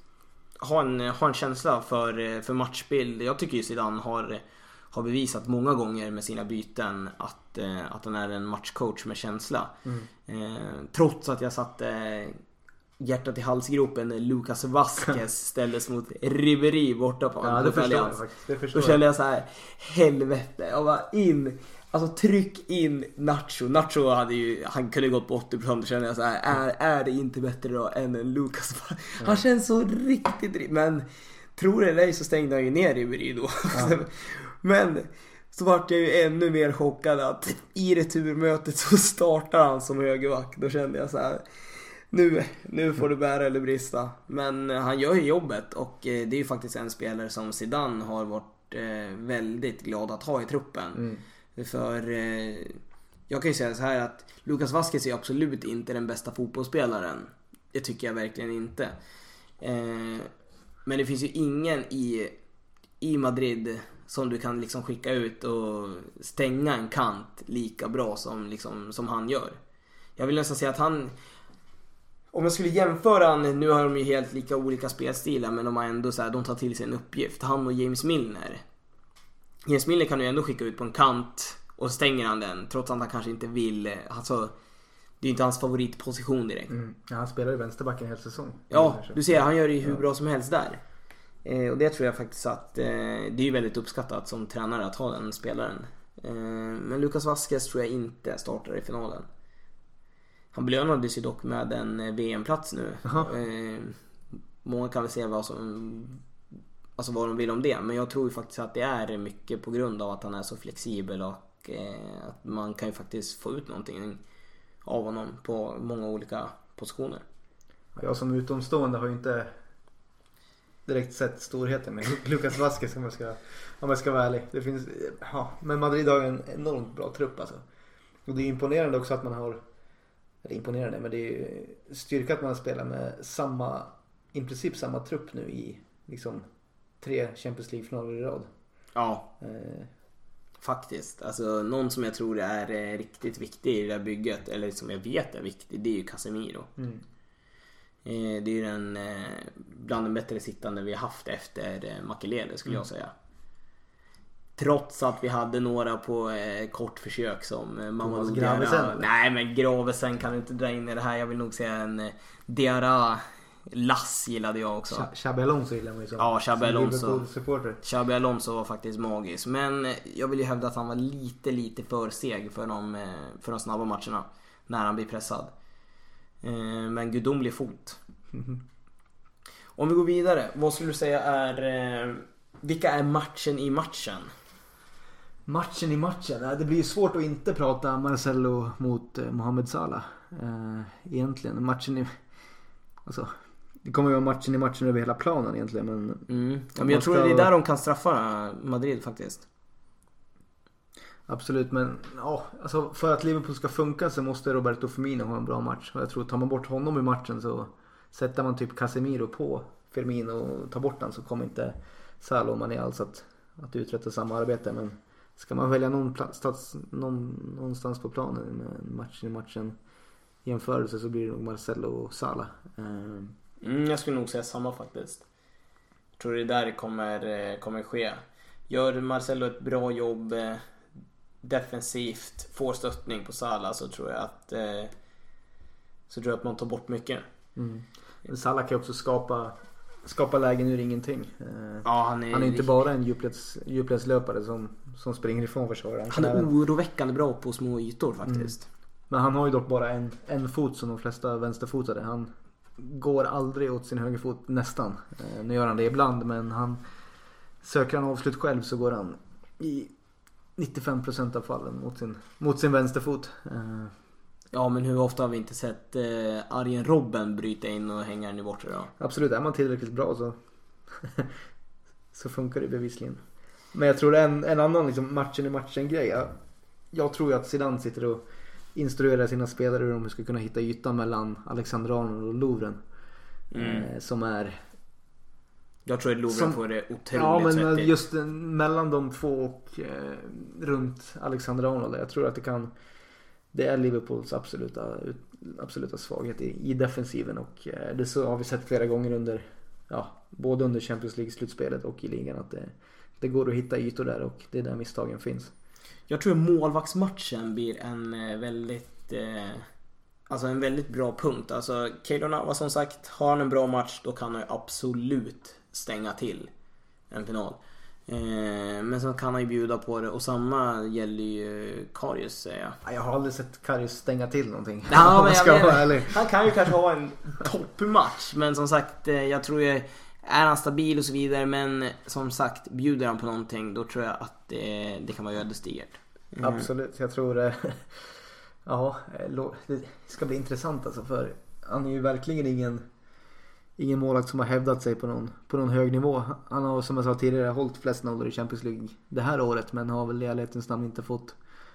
ha, en, ha en känsla för, för matchbild. Jag tycker ju Zidane har, har bevisat många gånger med sina byten att, eh, att han är en matchcoach med känsla. Mm. eh, Trots att jag satte eh, hjärtat i halsgropen när Lucas Vázquez ställdes mot Ribéry borta på ja, det förstår jag faktiskt. Det förstår Då kände jag så här, helvete. Jag var in, alltså tryck in Nacho. Nacho hade ju, han kunde gått på åttio procent. Då kände jag så här, är, är det inte bättre då än en Lucas Vázquez? Han ja. känns så riktigt, men tror det eller ej så stängde han ju ner Ribéry då. Ja. Men så vart jag ju ännu mer chockad att i returmötet så startar han som högerback. Då kände jag så här, Nu, nu får det bära eller brista. Men han gör ju jobbet. Och det är ju faktiskt en spelare som Zidane har varit eh, väldigt glad att ha i truppen. Mm. För eh, jag kan ju säga så här att Lucas Vázquez är absolut inte den bästa fotbollsspelaren. Det tycker jag verkligen inte. eh, Men det finns ju ingen i, i Madrid som du kan liksom skicka ut och stänga en kant lika bra som, liksom, som han gör. Jag vill nästan säga att han, om jag skulle jämföra han, nu har de ju helt lika olika spelstilar, men de har ändå så här, de tar till sig en uppgift. Han och James Milner. James Milner kan ju ändå skicka ut på en kant och stänger han den, trots att han kanske inte vill. Alltså, det är inte hans favoritposition direkt. Mm. Ja, han spelar ju vänsterbacken hela säsong. Ja, du ser, han gör det ju hur bra som helst där. Eh, och det tror jag faktiskt att eh, det är ju väldigt uppskattat som tränare att ha den spelaren. Eh, men Lucas Vázquez tror jag inte startar i finalen. Han belönades ju dock med en V M-plats nu. Eh, många kan väl se vad som, alltså vad de vill om det. Men jag tror ju faktiskt att det är mycket på grund av att han är så flexibel. Och eh, att man kan ju faktiskt få ut någonting av honom på många olika positioner. Jag som utomstående har ju inte direkt sett storheten med Lucas Vázquez om jag ska, om jag ska vara ärlig. Det finns, ja, men Madrid har en enormt bra trupp alltså. Och det är imponerande också att man har, eller imponerande, men det är styrka att man spelar med samma, i princip samma trupp nu i liksom tre Champions League-finaler i rad. Ja, eh. faktiskt. Alltså någon som jag tror är eh, riktigt viktig i det här bygget, eller som jag vet är viktig, det är ju Casemiro. Mm. Eh, det är ju den eh, bland de bättre sittande vi har haft efter eh, Makelele, skulle mm. jag säga. Trots att vi hade några på eh, kort försök som eh, Mamadou Diarra. Nej, men Gravesen kan du inte dra in i det här. Jag vill nog säga en eh, Diarra. Lass gillade jag också. Xabi Alonso gillade man ju som, ja, Xabi Alonso. Xabi Alonso var faktiskt magisk. Men eh, jag vill ju hävda att han var lite, lite för seg för de, eh, för de snabba matcherna. När han blir pressad. Eh, men gudomlig fot. Mm-hmm. Om vi går vidare. Vad skulle du säga är... Eh, vilka är matchen i matchen? Matchen i matchen. Det blir svårt att inte prata Marcelo mot Mohamed Salah. Eh, egentligen. Matchen i... Alltså, det kommer ju vara matchen i matchen över hela planen egentligen. Men, mm. ja, men jag tror ska... det är där de kan straffa Madrid faktiskt. Absolut, men ja, alltså, för att Liverpool ska funka så måste Roberto Firmino ha en bra match. Och jag tror att tar man bort honom i matchen så sätter man typ Casemiro på Firmino och tar bort den så kommer inte Salah och Mané alls att, att uträtta samma arbete. Men ska man välja någon plats, någon, någonstans på planen med matchen i matchen jämförelse så blir det nog Marcelo och Salah. Mm, jag skulle nog säga samma faktiskt. Jag tror det är där det kommer, kommer ske. Gör Marcelo ett bra jobb defensivt, får stöttning på Salah, så tror jag att eh, så tror jag att man tar bort mycket. Mm. Salah kan också skapa skapa lägen ur ingenting. Eh, ja, han är, han är inte bara en djupleds, djupledslöpare som, som springer ifrån försvararen. Han, han är oroväckande bra på små ytor faktiskt. Mm. Men han har ju dock bara en, en fot som de flesta vänsterfotade. Han går aldrig åt sin högerfot nästan. Eh, nu gör han det ibland, men han söker han avslut själv så går han i nittiofem procent av fallen mot sin, mot sin vänsterfot. Uh. Ja, men hur ofta har vi inte sett eh, Arjen Robben bryta in och hänga den i bortre då? Absolut, är man tillräckligt bra så så funkar det bevisligen. Men jag tror en, en annan liksom matchen i matchen grej. Jag, jag tror ju att Zidane sitter och instruerar sina spelare hur de ska kunna hitta ytan mellan Alexander Arnold och Lovren. Mm. Eh, som är... Jag tror att Lovren som, får det otroligt ja, men svettigt. Just mellan de två och eh, runt Alexander Arnold. Jag tror att det kan... Det är Liverpools absoluta, absoluta svaghet i, i defensiven. Och eh, det så har vi sett flera gånger under... Ja, både under Champions League-slutspelet och i ligan. Att det, det går att hitta ytor där och det är där misstagen finns. Jag tror att målvaktsmatchen blir en väldigt... Eh... Alltså en väldigt bra punkt. Alltså Keylor Navas, som sagt, har han en bra match, då kan han ju absolut stänga till en final. Eh, men så kan han ju bjuda på det. Och samma gäller ju Karius, säger jag. Jag har aldrig sett Karius stänga till någonting. Ja, men jag menar, han kan ju kanske ha en toppmatch. Men som sagt, jag tror ju är han stabil och så vidare. Men som sagt, bjuder han på någonting, då tror jag att det, det kan vara ödesdigert. Mm. Absolut, jag tror det. Ja, det ska bli intressant alltså, för han är ju verkligen ingen ingen målvakt som har hävdat sig på någon, på någon hög nivå. Han har, som jag sa tidigare, hållit flest nollor i Champions League det här året, men har väl i ärlighetens namn inte fått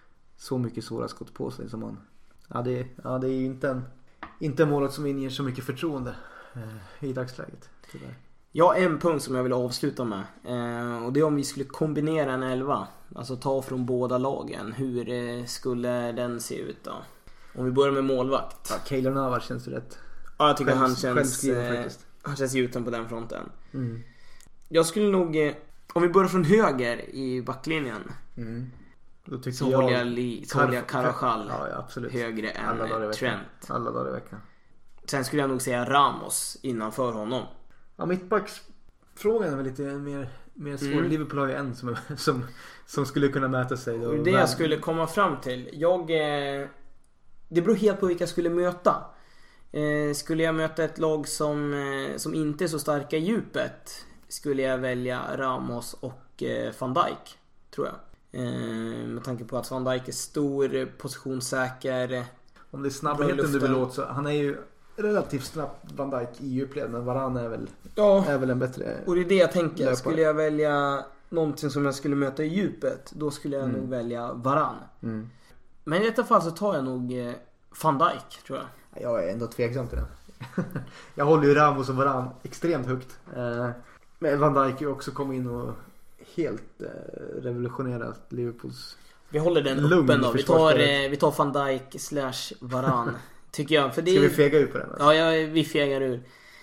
så mycket svåra skott på sig som han. Ja, det, ja, det är ju inte en, inte en målvakt som inger så mycket förtroende eh, i dagsläget, tyvärr. Ja, en punkt som jag vill avsluta med, eh, och det är om vi skulle kombinera en elva, alltså ta från båda lagen. Hur eh, skulle den se ut då? Om vi börjar med målvakt. Ja, Keylor Navas känns ju rätt. Ja, jag tycker Själv, han känns eh, han känns gjuten på den fronten. Mm. Jag skulle nog eh, om vi börjar från höger i backlinjen. Mm. Då tycker så jag håller jag, li, så håller jag Carvajal ja, ja, absolut. högre än Trent. Alla dagar i veckan. Sen skulle jag nog säga Ramos innanför honom. Ja, mittbacksfrågan är väl lite mer, mer svår. Mm. Liverpool har ju en som, som, som skulle kunna mäta sig. Då. Det jag skulle komma fram till. Jag, eh, det beror helt på vilka jag skulle möta. Eh, skulle jag möta ett lag som, eh, som inte är så starka i djupet, skulle jag välja Ramos och eh, Van Dijk, tror jag. Eh, med tanke på att Van Dijk är stor, positionssäker. Om det är snabbheten du vill åt, så han är ju relativt snabb, Van Dijk, i djupled, men Varane är väl, ja, är väl en bättre. Och det är det jag tänker. Löpare. Skulle jag välja någonting som jag skulle möta i djupet, då skulle jag mm. nog välja Varane. Mm. Men i detta fall så tar jag nog eh, Van Dijk, tror jag. Jag är ändå tveksam till den. Jag håller ju Ramos och Varane extremt högt. Eh, men Van Dijk är också kommit in och helt eh, revolutionerat Liverpools. Vi håller den öppen då. Vi tar, eh, vi tar Van Dijk slash Varane. Tycker jag. För det Ska vi fega ut på den? Alltså? Ja, ja, vi fegar ur.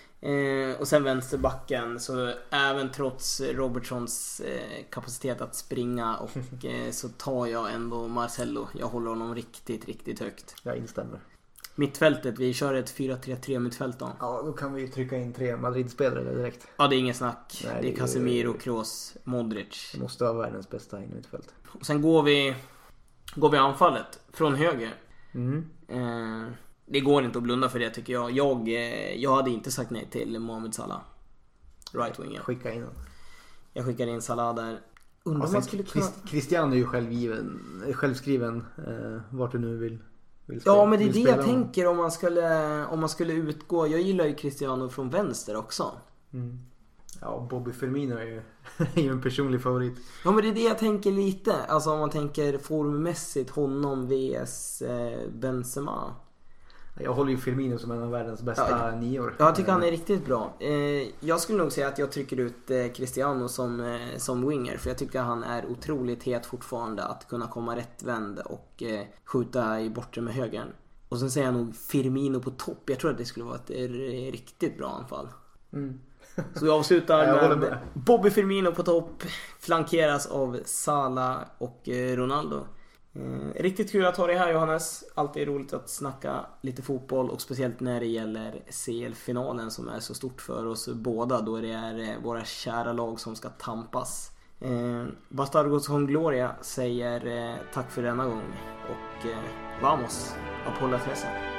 Eh, och sen vänsterbacken. Så även trots Robertsons eh, kapacitet att springa och eh, så tar jag ändå Marcelo. Jag håller honom riktigt, riktigt högt. Jag instämmer. Mittfältet, vi kör ett fyra tre tre mittfält då. Ja, då kan vi trycka in tre Madrid-spelare direkt. Ja, det är ingen snack. Nej, det är Casemiro, Kroos, Modric. Det måste vara världens bästa in i mittfält. Och sen går vi går vi anfallet från höger. Mm. Eh, det går inte att blunda för det, tycker jag. Jag, eh, jag hade inte sagt nej till Mohamed Salah. Right winger. Skicka in honom. Jag skickar in Salah där. undrar om man skulle kunna... Cristiano är ju självgiven, självskriven eh, vart du nu vill, vill spela. Ja, men det är det jag tänker om man skulle om man skulle utgå. Jag gillar ju Cristiano från vänster också. Mm. Ja, Bobby Firmino är ju, är ju en personlig favorit. Ja, men det är det jag tänker lite. Alltså om man tänker formmässigt honom vs eh, Benzema. Jag håller ju Firmino som en av världens bästa ja, nior. Jag tycker han är riktigt bra. Eh, jag skulle nog säga att jag trycker ut eh, Cristiano som, eh, som winger. För jag tycker han är otroligt het fortfarande att kunna komma rättvänd och eh, skjuta i bortre med högern. Och sen säger jag nog Firmino på topp. Jag tror att det skulle vara ett eh, riktigt bra anfall. Mm. Så vi avslutar med, med Bobby Firmino på topp. Flankeras av Salah och eh, Ronaldo. Eh, riktigt kul att ha dig här, Johannes. Alltid roligt att snacka lite fotboll. Och speciellt när det gäller C L-finalen som är så stort för oss båda. Då det är eh, våra kära lag som ska tampas. eh, Bastardos con Gloria säger eh, tack för denna gång. Och eh, vamos, Apollo Tresa.